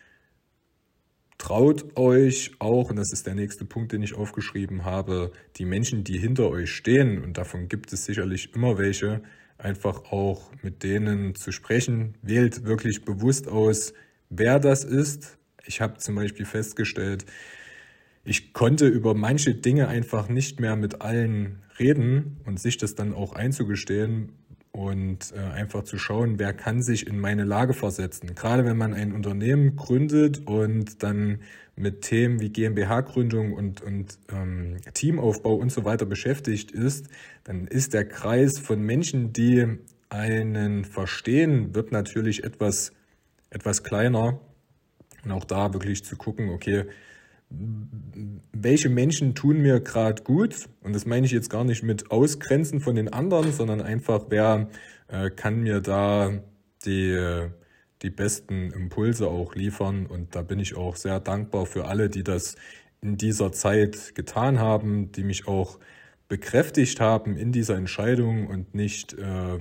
[SPEAKER 1] traut euch auch, und das ist der nächste Punkt, den ich aufgeschrieben habe, die Menschen, die hinter euch stehen, und davon gibt es sicherlich immer welche, einfach auch mit denen zu sprechen. Wählt wirklich bewusst aus, wer das ist. Ich habe zum Beispiel festgestellt, ich konnte über manche Dinge einfach nicht mehr mit allen reden und sich das dann auch einzugestehen und einfach zu schauen, wer kann sich in meine Lage versetzen. Gerade wenn man ein Unternehmen gründet und dann mit Themen wie GmbH-Gründung und Teamaufbau und so weiter beschäftigt ist, dann ist der Kreis von Menschen, die einen verstehen, wird natürlich etwas kleiner. Und auch da wirklich zu gucken, okay, welche Menschen tun mir gerade gut? Und das meine ich jetzt gar nicht mit Ausgrenzen von den anderen, sondern einfach, wer kann mir da die besten Impulse auch liefern. Und da bin ich auch sehr dankbar für alle, die das in dieser Zeit getan haben, die mich auch bekräftigt haben in dieser Entscheidung und nicht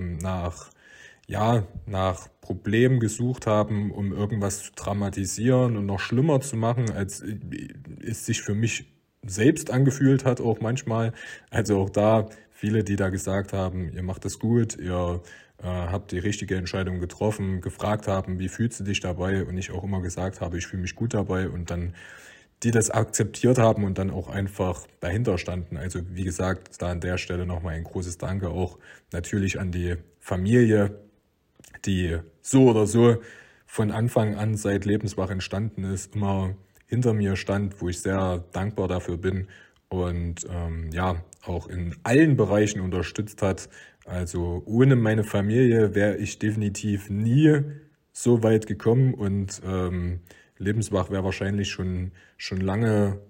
[SPEAKER 1] nach Problemen gesucht haben, um irgendwas zu dramatisieren und noch schlimmer zu machen, als es sich für mich selbst angefühlt hat, auch manchmal. Also auch da viele, die da gesagt haben, ihr macht das gut, ihr habt die richtige Entscheidung getroffen, gefragt haben, wie fühlst du dich dabei? Und ich auch immer gesagt habe, ich fühle mich gut dabei und dann die das akzeptiert haben und dann auch einfach dahinter standen. Also wie gesagt, da an der Stelle nochmal ein großes Danke auch natürlich an die Familie, die so oder so von Anfang an, seit Lebenswach entstanden ist, immer hinter mir stand, wo ich sehr dankbar dafür bin und auch in allen Bereichen unterstützt hat. Also ohne meine Familie wäre ich definitiv nie so weit gekommen und Lebenswach wäre wahrscheinlich schon lange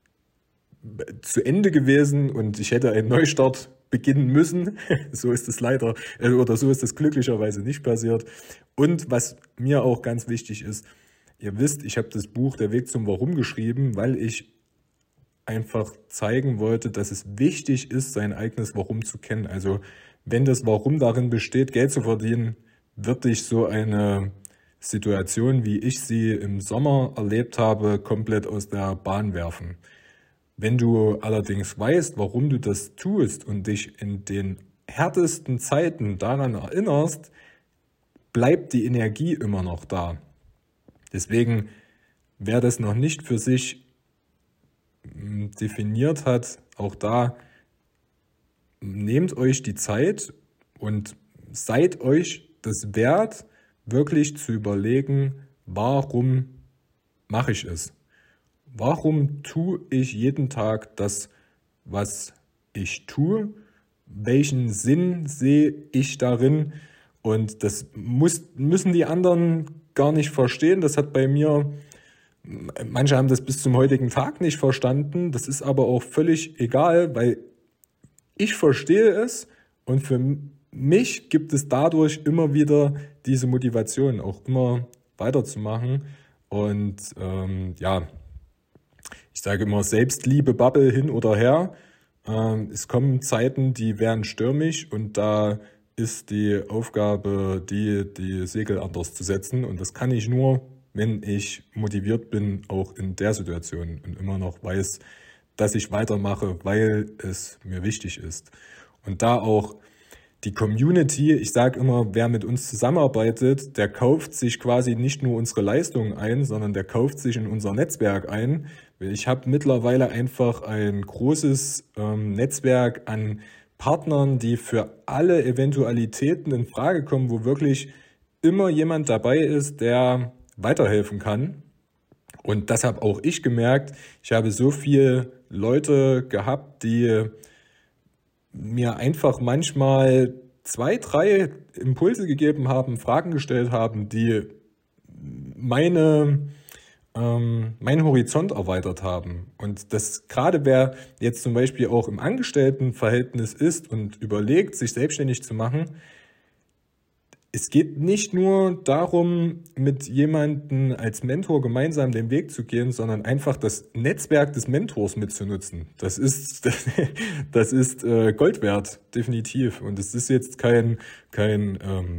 [SPEAKER 1] zu Ende gewesen und ich hätte einen Neustart beginnen müssen. So ist es leider oder so ist es glücklicherweise nicht passiert. Und was mir auch ganz wichtig ist, ihr wisst, ich habe das Buch Der Weg zum Warum geschrieben, weil ich einfach zeigen wollte, dass es wichtig ist, sein eigenes Warum zu kennen. Also wenn das Warum darin besteht, Geld zu verdienen, wird dich so eine Situation, wie ich sie im Sommer erlebt habe, komplett aus der Bahn werfen. Wenn du allerdings weißt, warum du das tust und dich in den härtesten Zeiten daran erinnerst, bleibt die Energie immer noch da. Deswegen, wer das noch nicht für sich definiert hat, auch da nehmt euch die Zeit und seid euch das wert, wirklich zu überlegen, warum mache ich es? Warum tue ich jeden Tag das, was ich tue? Welchen Sinn sehe ich darin? Und das müssen die anderen gar nicht verstehen. Das hat bei mir, manche haben das bis zum heutigen Tag nicht verstanden. Das ist aber auch völlig egal, weil ich verstehe es und für mich gibt es dadurch immer wieder diese Motivation, auch immer weiterzumachen. Und ich sage immer Selbstliebe, Bubble hin oder her. Es kommen Zeiten, die werden stürmisch und da ist die Aufgabe, die Segel anders zu setzen. Und das kann ich nur, wenn ich motiviert bin, auch in der Situation und immer noch weiß, dass ich weitermache, weil es mir wichtig ist. Und da auch die Community, ich sage immer, wer mit uns zusammenarbeitet, der kauft sich quasi nicht nur unsere Leistungen ein, sondern der kauft sich in unser Netzwerk ein. Ich habe mittlerweile einfach ein großes Netzwerk an Partnern, die für alle Eventualitäten in Frage kommen, wo wirklich immer jemand dabei ist, der weiterhelfen kann. Und das habe auch ich gemerkt. Ich habe so viele Leute gehabt, die mir einfach manchmal 2, 3 Impulse gegeben haben, Fragen gestellt haben, die meinen Horizont erweitert haben. Und das gerade wer jetzt zum Beispiel auch im Angestelltenverhältnis ist und überlegt, sich selbstständig zu machen, es geht nicht nur darum, mit jemandem als Mentor gemeinsam den Weg zu gehen, sondern einfach das Netzwerk des Mentors mitzunutzen. Das ist Gold wert, definitiv. Und es ist jetzt das klingt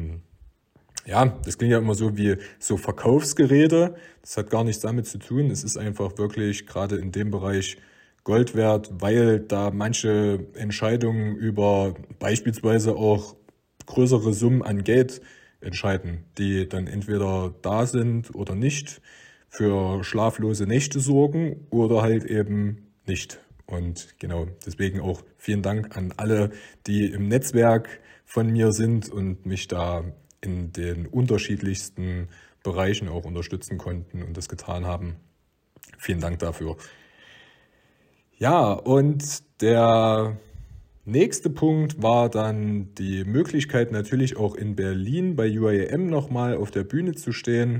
[SPEAKER 1] ja immer so wie so Verkaufsgerede. Das hat gar nichts damit zu tun. Es ist einfach wirklich gerade in dem Bereich Gold wert, weil da manche Entscheidungen über beispielsweise auch größere Summen an Geld entscheiden, die dann entweder da sind oder nicht, für schlaflose Nächte sorgen oder halt eben nicht. Und genau, deswegen auch vielen Dank an alle, die im Netzwerk von mir sind und mich da in den unterschiedlichsten Bereichen auch unterstützen konnten und das getan haben. Vielen Dank dafür. Ja, und der nächste Punkt war dann die Möglichkeit, natürlich auch in Berlin bei UIM nochmal auf der Bühne zu stehen,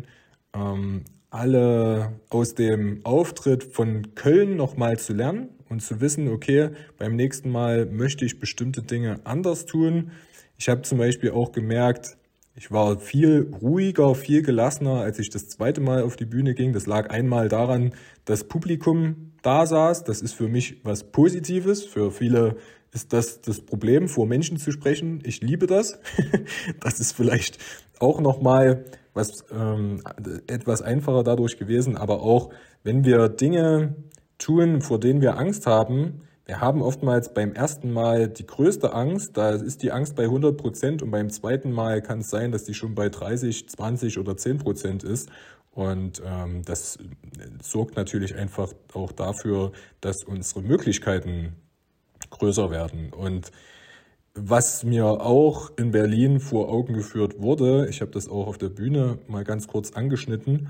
[SPEAKER 1] alle aus dem Auftritt von Köln nochmal zu lernen und zu wissen, okay, beim nächsten Mal möchte ich bestimmte Dinge anders tun. Ich habe zum Beispiel auch gemerkt, Ich war viel ruhiger, viel gelassener, als ich das zweite Mal auf die Bühne ging. Das lag einmal daran, dass Publikum da saß. Das ist für mich was Positives. Für viele ist das das Problem, vor Menschen zu sprechen. Ich liebe das. Das ist vielleicht auch nochmal was etwas einfacher dadurch gewesen. Aber auch wenn wir Dinge tun, vor denen wir Angst haben, wir haben oftmals beim ersten Mal die größte Angst, da ist die Angst bei 100% und beim zweiten Mal kann es sein, dass die schon bei 30, 20 oder 10% ist. Und das sorgt natürlich einfach auch dafür, dass unsere Möglichkeiten größer werden. Und was mir auch in Berlin vor Augen geführt wurde, ich habe das auch auf der Bühne mal ganz kurz angeschnitten,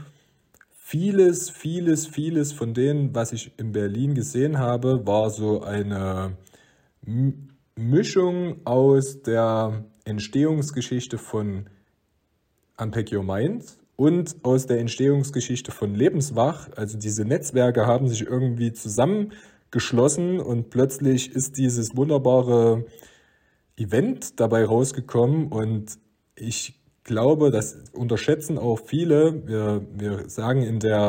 [SPEAKER 1] vieles von dem, was ich in Berlin gesehen habe, war so eine Mischung aus der Entstehungsgeschichte von Unpack Your Mind und aus der Entstehungsgeschichte von Lebenswach. Also diese Netzwerke haben sich irgendwie zusammengeschlossen und plötzlich ist dieses wunderbare Event dabei rausgekommen und ich glaube, das unterschätzen auch viele. Wir sagen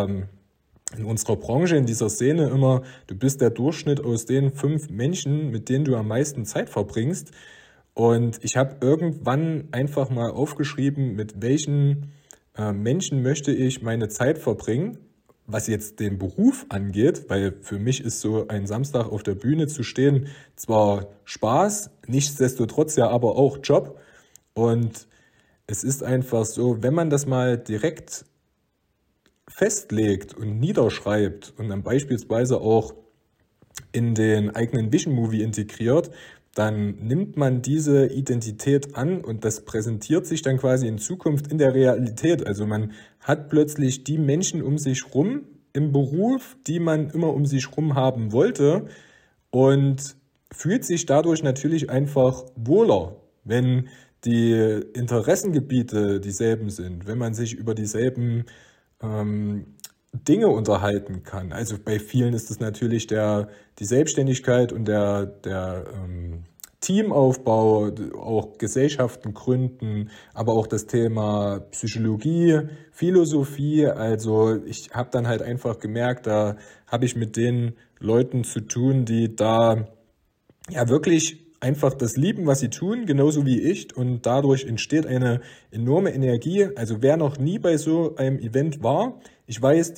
[SPEAKER 1] in unserer Branche, in dieser Szene immer, du bist der Durchschnitt aus den 5 Menschen, mit denen du am meisten Zeit verbringst. Und ich habe irgendwann einfach mal aufgeschrieben, mit welchen Menschen möchte ich meine Zeit verbringen, was jetzt den Beruf angeht, weil für mich ist so ein Samstag auf der Bühne zu stehen zwar Spaß, nichtsdestotrotz ja aber auch Job. Und es ist einfach so, wenn man das mal direkt festlegt und niederschreibt und dann beispielsweise auch in den eigenen Vision Movie integriert, dann nimmt man diese Identität an und das präsentiert sich dann quasi in Zukunft in der Realität. Also man hat plötzlich die Menschen um sich rum im Beruf, die man immer um sich rum haben wollte und fühlt sich dadurch natürlich einfach wohler, wenn die Interessengebiete dieselben sind, wenn man sich über dieselben Dinge unterhalten kann. Also bei vielen ist es natürlich die Selbstständigkeit und der Teamaufbau, auch Gesellschaften gründen, aber auch das Thema Psychologie, Philosophie. Also ich habe dann halt einfach gemerkt, da habe ich mit den Leuten zu tun, die da ja wirklich einfach das lieben, was sie tun, genauso wie ich. Und dadurch entsteht eine enorme Energie. Also wer noch nie bei so einem Event war, ich weiß,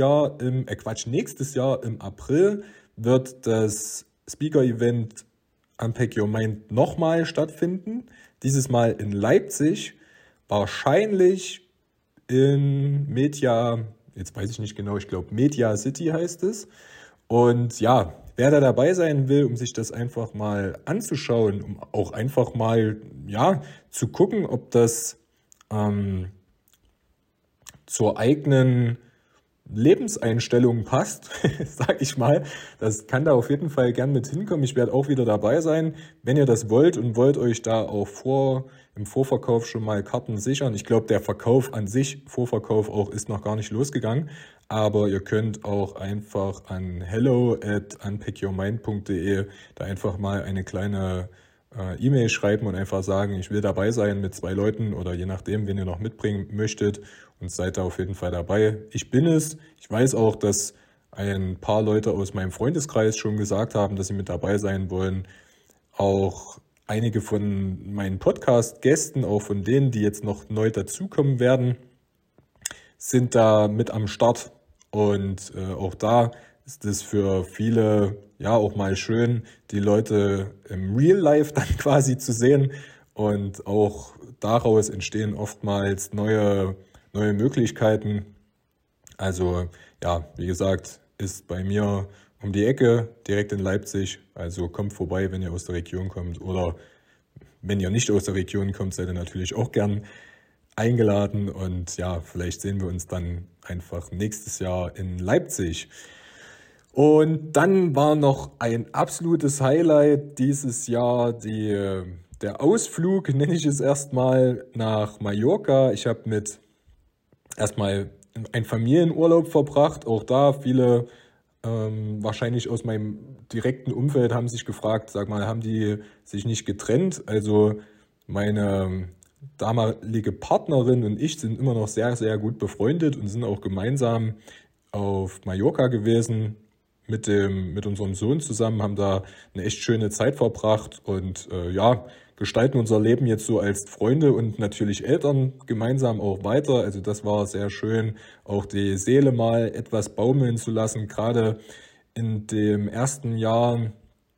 [SPEAKER 1] nächstes Jahr im April wird das Speaker-Event Unpack Your Mind nochmal stattfinden. Dieses Mal in Leipzig, wahrscheinlich in Media, jetzt weiß ich nicht genau, ich glaube Media City heißt es. Und ja, wer da dabei sein will, um sich das einfach mal anzuschauen, um auch einfach mal ja, zu gucken, ob das zur eigenen Lebenseinstellung passt, sag ich mal. Das kann da auf jeden Fall gern mit hinkommen. Ich werde auch wieder dabei sein, wenn ihr das wollt und wollt euch da auch im Vorverkauf schon mal Karten sichern. Ich glaube, der Verkauf an sich, Vorverkauf auch, ist noch gar nicht losgegangen. Aber ihr könnt auch einfach an hello@unpackyourmind.de da einfach mal eine kleine E-Mail schreiben und einfach sagen, ich will dabei sein mit 2 Leuten oder je nachdem, wen ihr noch mitbringen möchtet und seid da auf jeden Fall dabei. Ich bin es. Ich weiß auch, dass ein paar Leute aus meinem Freundeskreis schon gesagt haben, dass sie mit dabei sein wollen. Auch einige von meinen Podcast-Gästen, auch von denen, die jetzt noch neu dazukommen werden, sind da mit am Start. Und auch da ist es für viele ja auch mal schön, die Leute im Real Life dann quasi zu sehen. Und auch daraus entstehen oftmals neue Möglichkeiten. Also ja, wie gesagt, ist bei mir um die Ecke, direkt in Leipzig. Also kommt vorbei, wenn ihr aus der Region kommt. Oder wenn ihr nicht aus der Region kommt, seid ihr natürlich auch gern eingeladen. Und ja, vielleicht sehen wir uns dann einfach nächstes Jahr in Leipzig. Und dann war noch ein absolutes Highlight dieses Jahr der Ausflug, nenne ich es erstmal, nach Mallorca. Ich habe erstmal einen Familienurlaub verbracht. Auch da viele wahrscheinlich aus meinem direkten Umfeld haben sich gefragt, sag mal, haben die sich nicht getrennt? Also meine damalige Partnerin und ich sind immer noch sehr, sehr gut befreundet und sind auch gemeinsam auf Mallorca gewesen mit unserem Sohn zusammen, haben da eine echt schöne Zeit verbracht und ja, gestalten unser Leben jetzt so als Freunde und natürlich Eltern gemeinsam auch weiter. Also das war sehr schön, auch die Seele mal etwas baumeln zu lassen, gerade in dem ersten Jahr,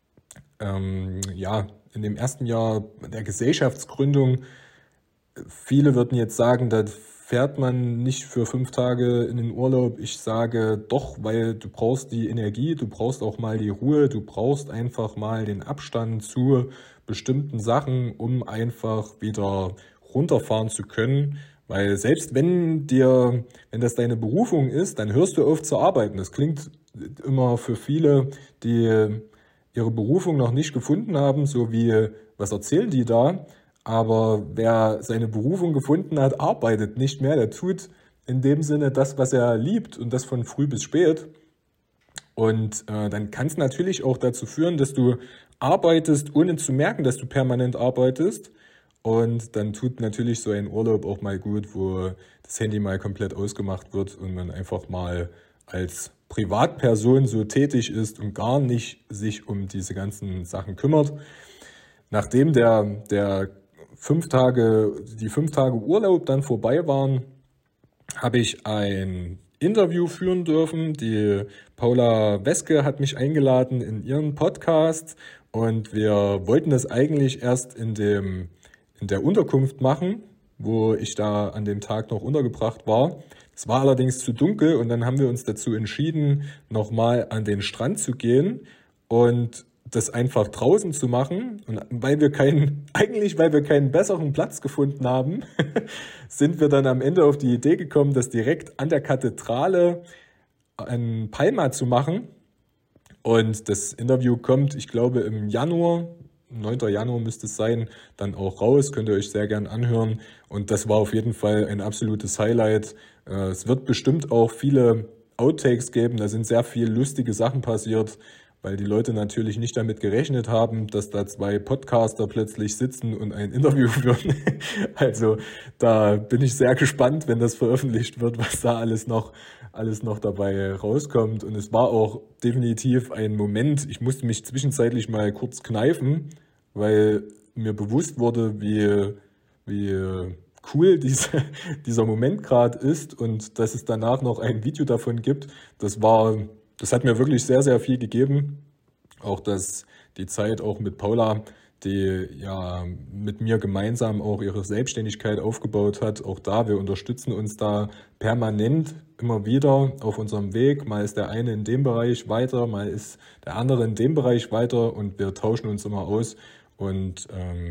[SPEAKER 1] ja, in dem ersten Jahr der Gesellschaftsgründung. Viele würden jetzt sagen, da fährt man nicht für 5 Tage in den Urlaub. Ich sage doch, weil du brauchst die Energie, du brauchst auch mal die Ruhe, du brauchst einfach mal den Abstand zu bestimmten Sachen, um einfach wieder runterfahren zu können. Weil selbst wenn das deine Berufung ist, dann hörst du auf zu arbeiten. Das klingt immer für viele, die ihre Berufung noch nicht gefunden haben, so wie, was erzählen die da? Aber wer seine Berufung gefunden hat, arbeitet nicht mehr. Der tut in dem Sinne das, was er liebt und das von früh bis spät. Und dann kann es natürlich auch dazu führen, dass du arbeitest, ohne zu merken, dass du permanent arbeitest. Und dann tut natürlich so ein Urlaub auch mal gut, wo das Handy mal komplett ausgemacht wird und man einfach mal als Privatperson so tätig ist und gar nicht sich um diese ganzen Sachen kümmert. Nachdem die 5 Tage Urlaub dann vorbei waren, habe ich ein Interview führen dürfen. Die Paula Weske hat mich eingeladen in ihren Podcast und wir wollten das eigentlich erst in der Unterkunft machen, wo ich da an dem Tag noch untergebracht war. Es war allerdings zu dunkel und dann haben wir uns dazu entschieden, nochmal an den Strand zu gehen und das einfach draußen zu machen. Und weil wir keinen besseren Platz gefunden haben, sind wir dann am Ende auf die Idee gekommen, das direkt an der Kathedrale in Palma zu machen. Und das Interview kommt, ich glaube, im Januar, 9. Januar müsste es sein, dann auch raus. Könnt ihr euch sehr gern anhören. Und das war auf jeden Fall ein absolutes Highlight. Es wird bestimmt auch viele Outtakes geben. Da sind sehr viele lustige Sachen passiert, weil die Leute natürlich nicht damit gerechnet haben, dass da 2 Podcaster plötzlich sitzen und ein Interview führen. Also da bin ich sehr gespannt, wenn das veröffentlicht wird, was da alles noch dabei rauskommt. Und es war auch definitiv ein Moment, ich musste mich zwischenzeitlich mal kurz kneifen, weil mir bewusst wurde, wie cool dieser Moment gerade ist und dass es danach noch ein Video davon gibt. Das hat mir wirklich sehr, sehr viel gegeben. Auch die Zeit auch mit Paula, die ja mit mir gemeinsam auch ihre Selbstständigkeit aufgebaut hat. Auch da, wir unterstützen uns da permanent immer wieder auf unserem Weg. Mal ist der eine in dem Bereich weiter, mal ist der andere in dem Bereich weiter und wir tauschen uns immer aus und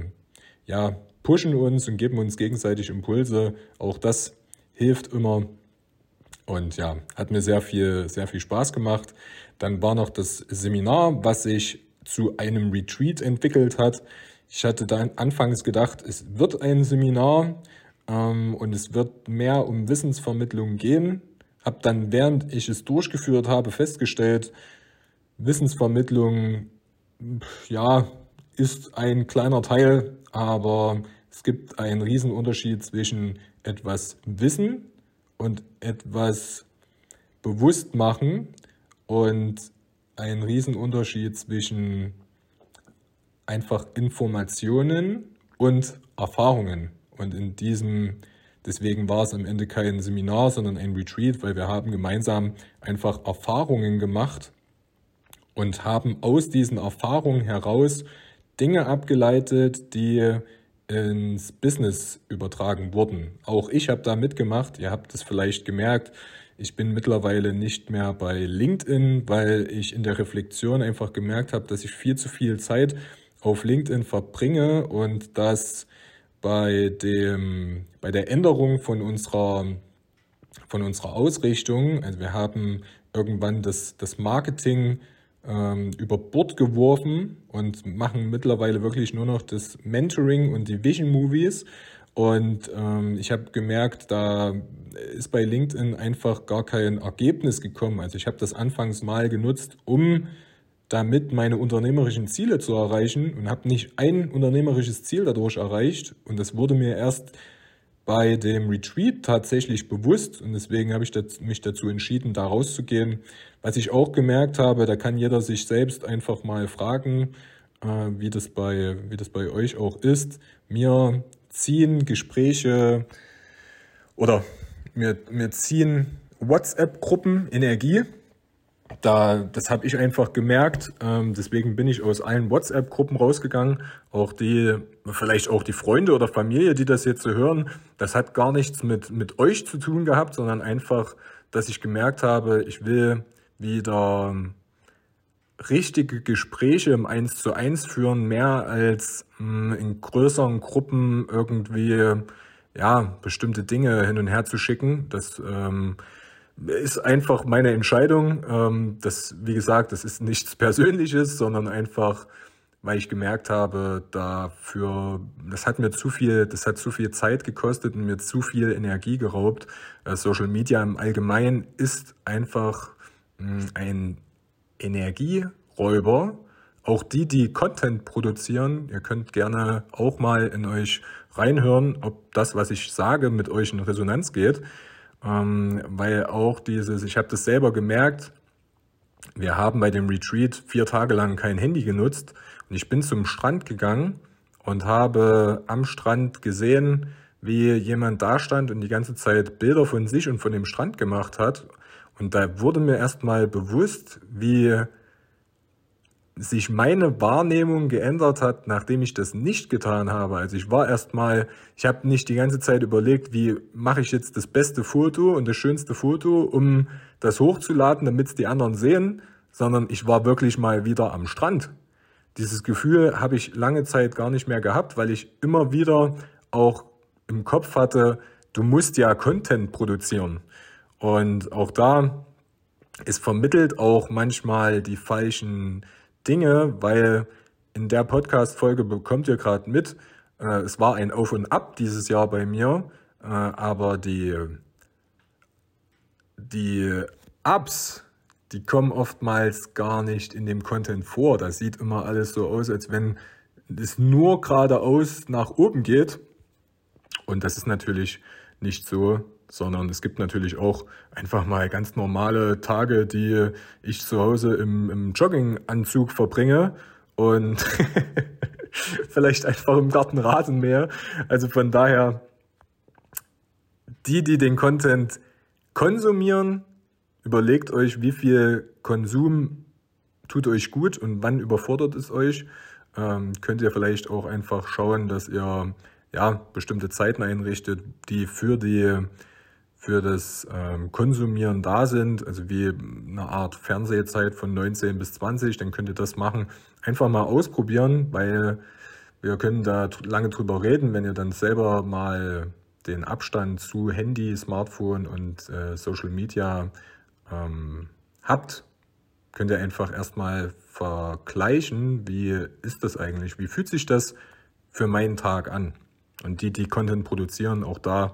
[SPEAKER 1] ja, pushen uns und geben uns gegenseitig Impulse. Auch das hilft immer. Und ja, hat mir sehr viel Spaß gemacht. Dann war noch das Seminar, was sich zu einem Retreat entwickelt hat. Ich hatte dann anfangs gedacht, es wird ein Seminar und es wird mehr um Wissensvermittlung gehen. Habe dann, während ich es durchgeführt habe, festgestellt, Wissensvermittlung, ja, ist ein kleiner Teil, aber es gibt einen riesen Unterschied zwischen etwas Wissen und etwas bewusst machen und ein Riesenunterschied zwischen einfach Informationen und Erfahrungen. Und deswegen war es am Ende kein Seminar, sondern ein Retreat, weil wir haben gemeinsam einfach Erfahrungen gemacht und haben aus diesen Erfahrungen heraus Dinge abgeleitet, die ins Business übertragen wurden. Auch ich habe da mitgemacht. Ihr habt es vielleicht gemerkt. Ich bin mittlerweile nicht mehr bei LinkedIn, weil ich in der Reflexion einfach gemerkt habe, dass ich viel zu viel Zeit auf LinkedIn verbringe und dass bei der Änderung von unserer Ausrichtung, also wir haben irgendwann das Marketing über Bord geworfen und machen mittlerweile wirklich nur noch das Mentoring und die Vision Movies. Und ich habe gemerkt, da ist bei LinkedIn einfach gar kein Ergebnis gekommen. Also ich habe das anfangs mal genutzt, um damit meine unternehmerischen Ziele zu erreichen und habe nicht ein unternehmerisches Ziel dadurch erreicht. Und das wurde mir erst bei dem Retreat tatsächlich bewusst und deswegen habe ich mich dazu entschieden, da rauszugehen. Was ich auch gemerkt habe, da kann jeder sich selbst einfach mal fragen, wie das bei euch auch ist. Mir ziehen Gespräche oder mir ziehen WhatsApp-Gruppen Energie. Das habe ich einfach gemerkt. Deswegen bin ich aus allen WhatsApp-Gruppen rausgegangen. Vielleicht auch die Freunde oder Familie, die das jetzt so hören, das hat gar nichts mit euch zu tun gehabt, sondern einfach, dass ich gemerkt habe, ich will wieder richtige Gespräche im 1:1 führen, mehr als in größeren Gruppen irgendwie bestimmte Dinge hin und her zu schicken. Das ist einfach meine Entscheidung. Wie gesagt, das ist nichts Persönliches, sondern einfach, weil ich gemerkt habe, das hat zu viel Zeit gekostet und mir zu viel Energie geraubt. Social Media im Allgemeinen ist einfach ein Energieräuber. Auch die Content produzieren, ihr könnt gerne auch mal in euch reinhören, ob das, was ich sage, mit euch in Resonanz geht. Weil auch ich habe das selber gemerkt, wir haben bei dem Retreat 4 Tage lang kein Handy genutzt und ich bin zum Strand gegangen und habe am Strand gesehen, wie jemand da stand und die ganze Zeit Bilder von sich und von dem Strand gemacht hat. Und da wurde mir erstmal bewusst, wie sich meine Wahrnehmung geändert hat, nachdem ich das nicht getan habe. Also ich habe nicht die ganze Zeit überlegt, wie mache ich jetzt das beste Foto und das schönste Foto, um das hochzuladen, damit es die anderen sehen, sondern ich war wirklich mal wieder am Strand. Dieses Gefühl habe ich lange Zeit gar nicht mehr gehabt, weil ich immer wieder auch im Kopf hatte, du musst ja Content produzieren. Und auch da, es vermittelt auch manchmal die falschen Dinge, weil in der Podcast-Folge bekommt ihr gerade mit, es war ein Auf und Ab dieses Jahr bei mir, aber die Ups, die kommen oftmals gar nicht in dem Content vor. Das sieht immer alles so aus, als wenn es nur geradeaus nach oben geht. Und das ist natürlich nicht so, sondern es gibt natürlich auch einfach mal ganz normale Tage, die ich zu Hause im Jogginganzug verbringe und vielleicht einfach im Garten Rasenmäher. Also von daher, die den Content konsumieren, überlegt euch, wie viel Konsum tut euch gut und wann überfordert es euch. Könnt ihr vielleicht auch einfach schauen, dass ihr bestimmte Zeiten einrichtet, die für das Konsumieren da sind, also wie eine Art Fernsehzeit von 19 bis 20, dann könnt ihr das machen. Einfach mal ausprobieren, weil wir können da lange drüber reden, wenn ihr dann selber mal den Abstand zu Handy, Smartphone und Social Media habt, könnt ihr einfach erstmal vergleichen, wie ist das eigentlich, wie fühlt sich das für meinen Tag an? Und die Content produzieren, auch da,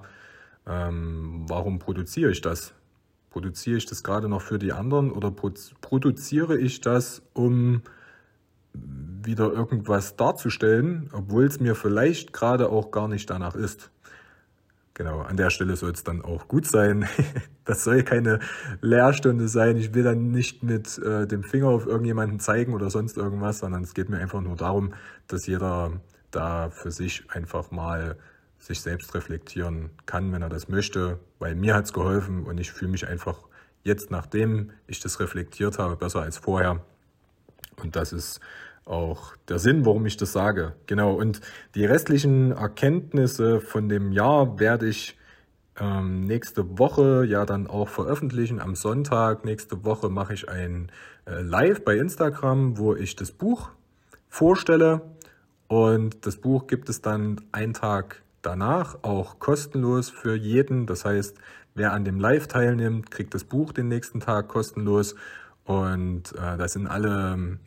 [SPEAKER 1] warum produziere ich das? Produziere ich das gerade noch für die anderen oder produziere ich das, um wieder irgendwas darzustellen, obwohl es mir vielleicht gerade auch gar nicht danach ist? Genau, an der Stelle soll es dann auch gut sein. Das soll keine Lehrstunde sein. Ich will dann nicht mit dem Finger auf irgendjemanden zeigen oder sonst irgendwas, sondern es geht mir einfach nur darum, dass jeder da für sich einfach mal sich selbst reflektieren kann, wenn er das möchte. Weil mir hat es geholfen und ich fühle mich einfach jetzt, nachdem ich das reflektiert habe, besser als vorher. Und das ist auch der Sinn, warum ich das sage. Genau, und die restlichen Erkenntnisse von dem Jahr werde ich nächste Woche ja dann auch veröffentlichen. Am Sonntag nächste Woche mache ich ein Live bei Instagram, wo ich das Buch vorstelle. Und das Buch gibt es dann einen Tag danach auch kostenlos für jeden. Das heißt, wer an dem Live teilnimmt, kriegt das Buch den nächsten Tag kostenlos. Und da sind alle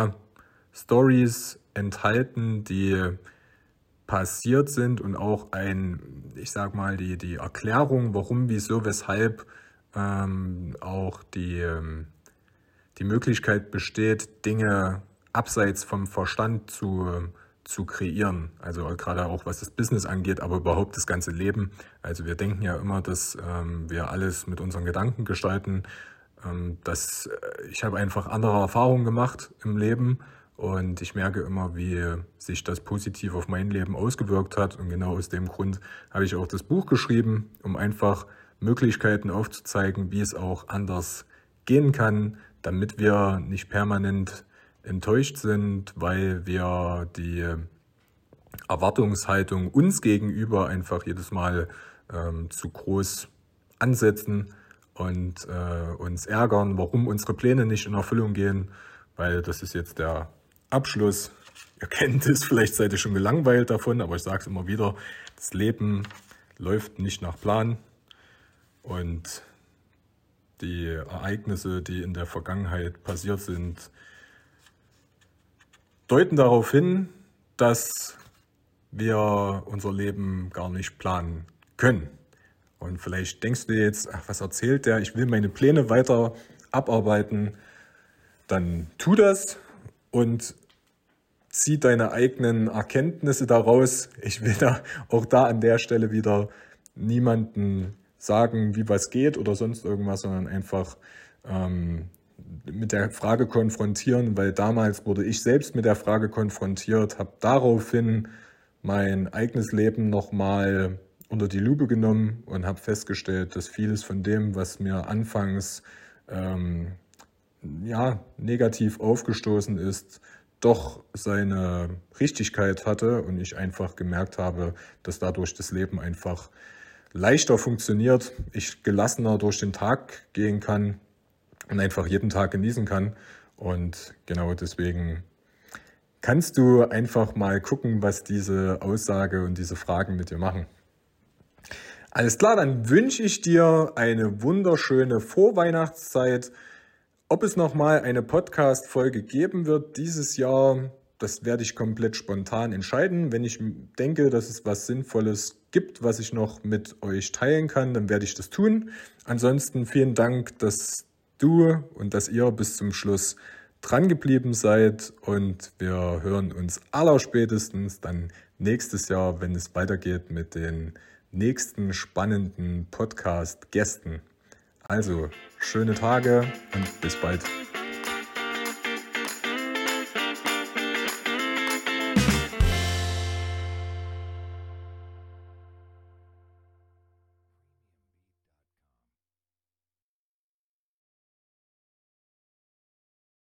[SPEAKER 1] Stories enthalten, die passiert sind und auch die Erklärung, warum, wieso, weshalb auch die die Möglichkeit besteht, Dinge abseits vom Verstand zu kreieren. Also gerade auch was das Business angeht, aber überhaupt das ganze Leben. Also wir denken ja immer, dass wir alles mit unseren Gedanken gestalten. Ich habe einfach andere Erfahrungen gemacht im Leben und ich merke immer, wie sich das positiv auf mein Leben ausgewirkt hat. Und genau aus dem Grund habe ich auch das Buch geschrieben, um einfach Möglichkeiten aufzuzeigen, wie es auch anders gehen kann, damit wir nicht permanent enttäuscht sind, weil wir die Erwartungshaltung uns gegenüber einfach jedes Mal zu groß ansetzen und uns ärgern, warum unsere Pläne nicht in Erfüllung gehen, weil das ist jetzt der Abschluss. Ihr kennt es, vielleicht seid ihr schon gelangweilt davon, aber ich sage es immer wieder, das Leben läuft nicht nach Plan und die Ereignisse, die in der Vergangenheit passiert sind, deuten darauf hin, dass wir unser Leben gar nicht planen können. Und vielleicht denkst du dir jetzt, ach, was erzählt der? Ich will meine Pläne weiter abarbeiten. Dann tu das und zieh deine eigenen Erkenntnisse daraus. Ich will auch da an der Stelle wieder niemanden sagen, wie was geht oder sonst irgendwas, sondern einfach mit der Frage konfrontieren, weil damals wurde ich selbst mit der Frage konfrontiert, habe daraufhin mein eigenes Leben nochmal unter die Lupe genommen und habe festgestellt, dass vieles von dem, was mir anfangs negativ aufgestoßen ist, doch seine Richtigkeit hatte und ich einfach gemerkt habe, dass dadurch das Leben einfach leichter funktioniert, ich gelassener durch den Tag gehen kann und einfach jeden Tag genießen kann. Und genau deswegen kannst du einfach mal gucken, was diese Aussage und diese Fragen mit dir machen. Alles klar, dann wünsche ich dir eine wunderschöne Vorweihnachtszeit. Ob es nochmal eine Podcast-Folge geben wird dieses Jahr, das werde ich komplett spontan entscheiden. Wenn ich denke, dass es was Sinnvolles gibt, was ich noch mit euch teilen kann, dann werde ich das tun. Ansonsten vielen Dank, dass du und dass ihr bis zum Schluss dran geblieben seid und wir hören uns allerspätestens dann nächstes Jahr, wenn es weitergeht mit den nächsten spannenden Podcast-Gästen. Also, schöne Tage und bis bald.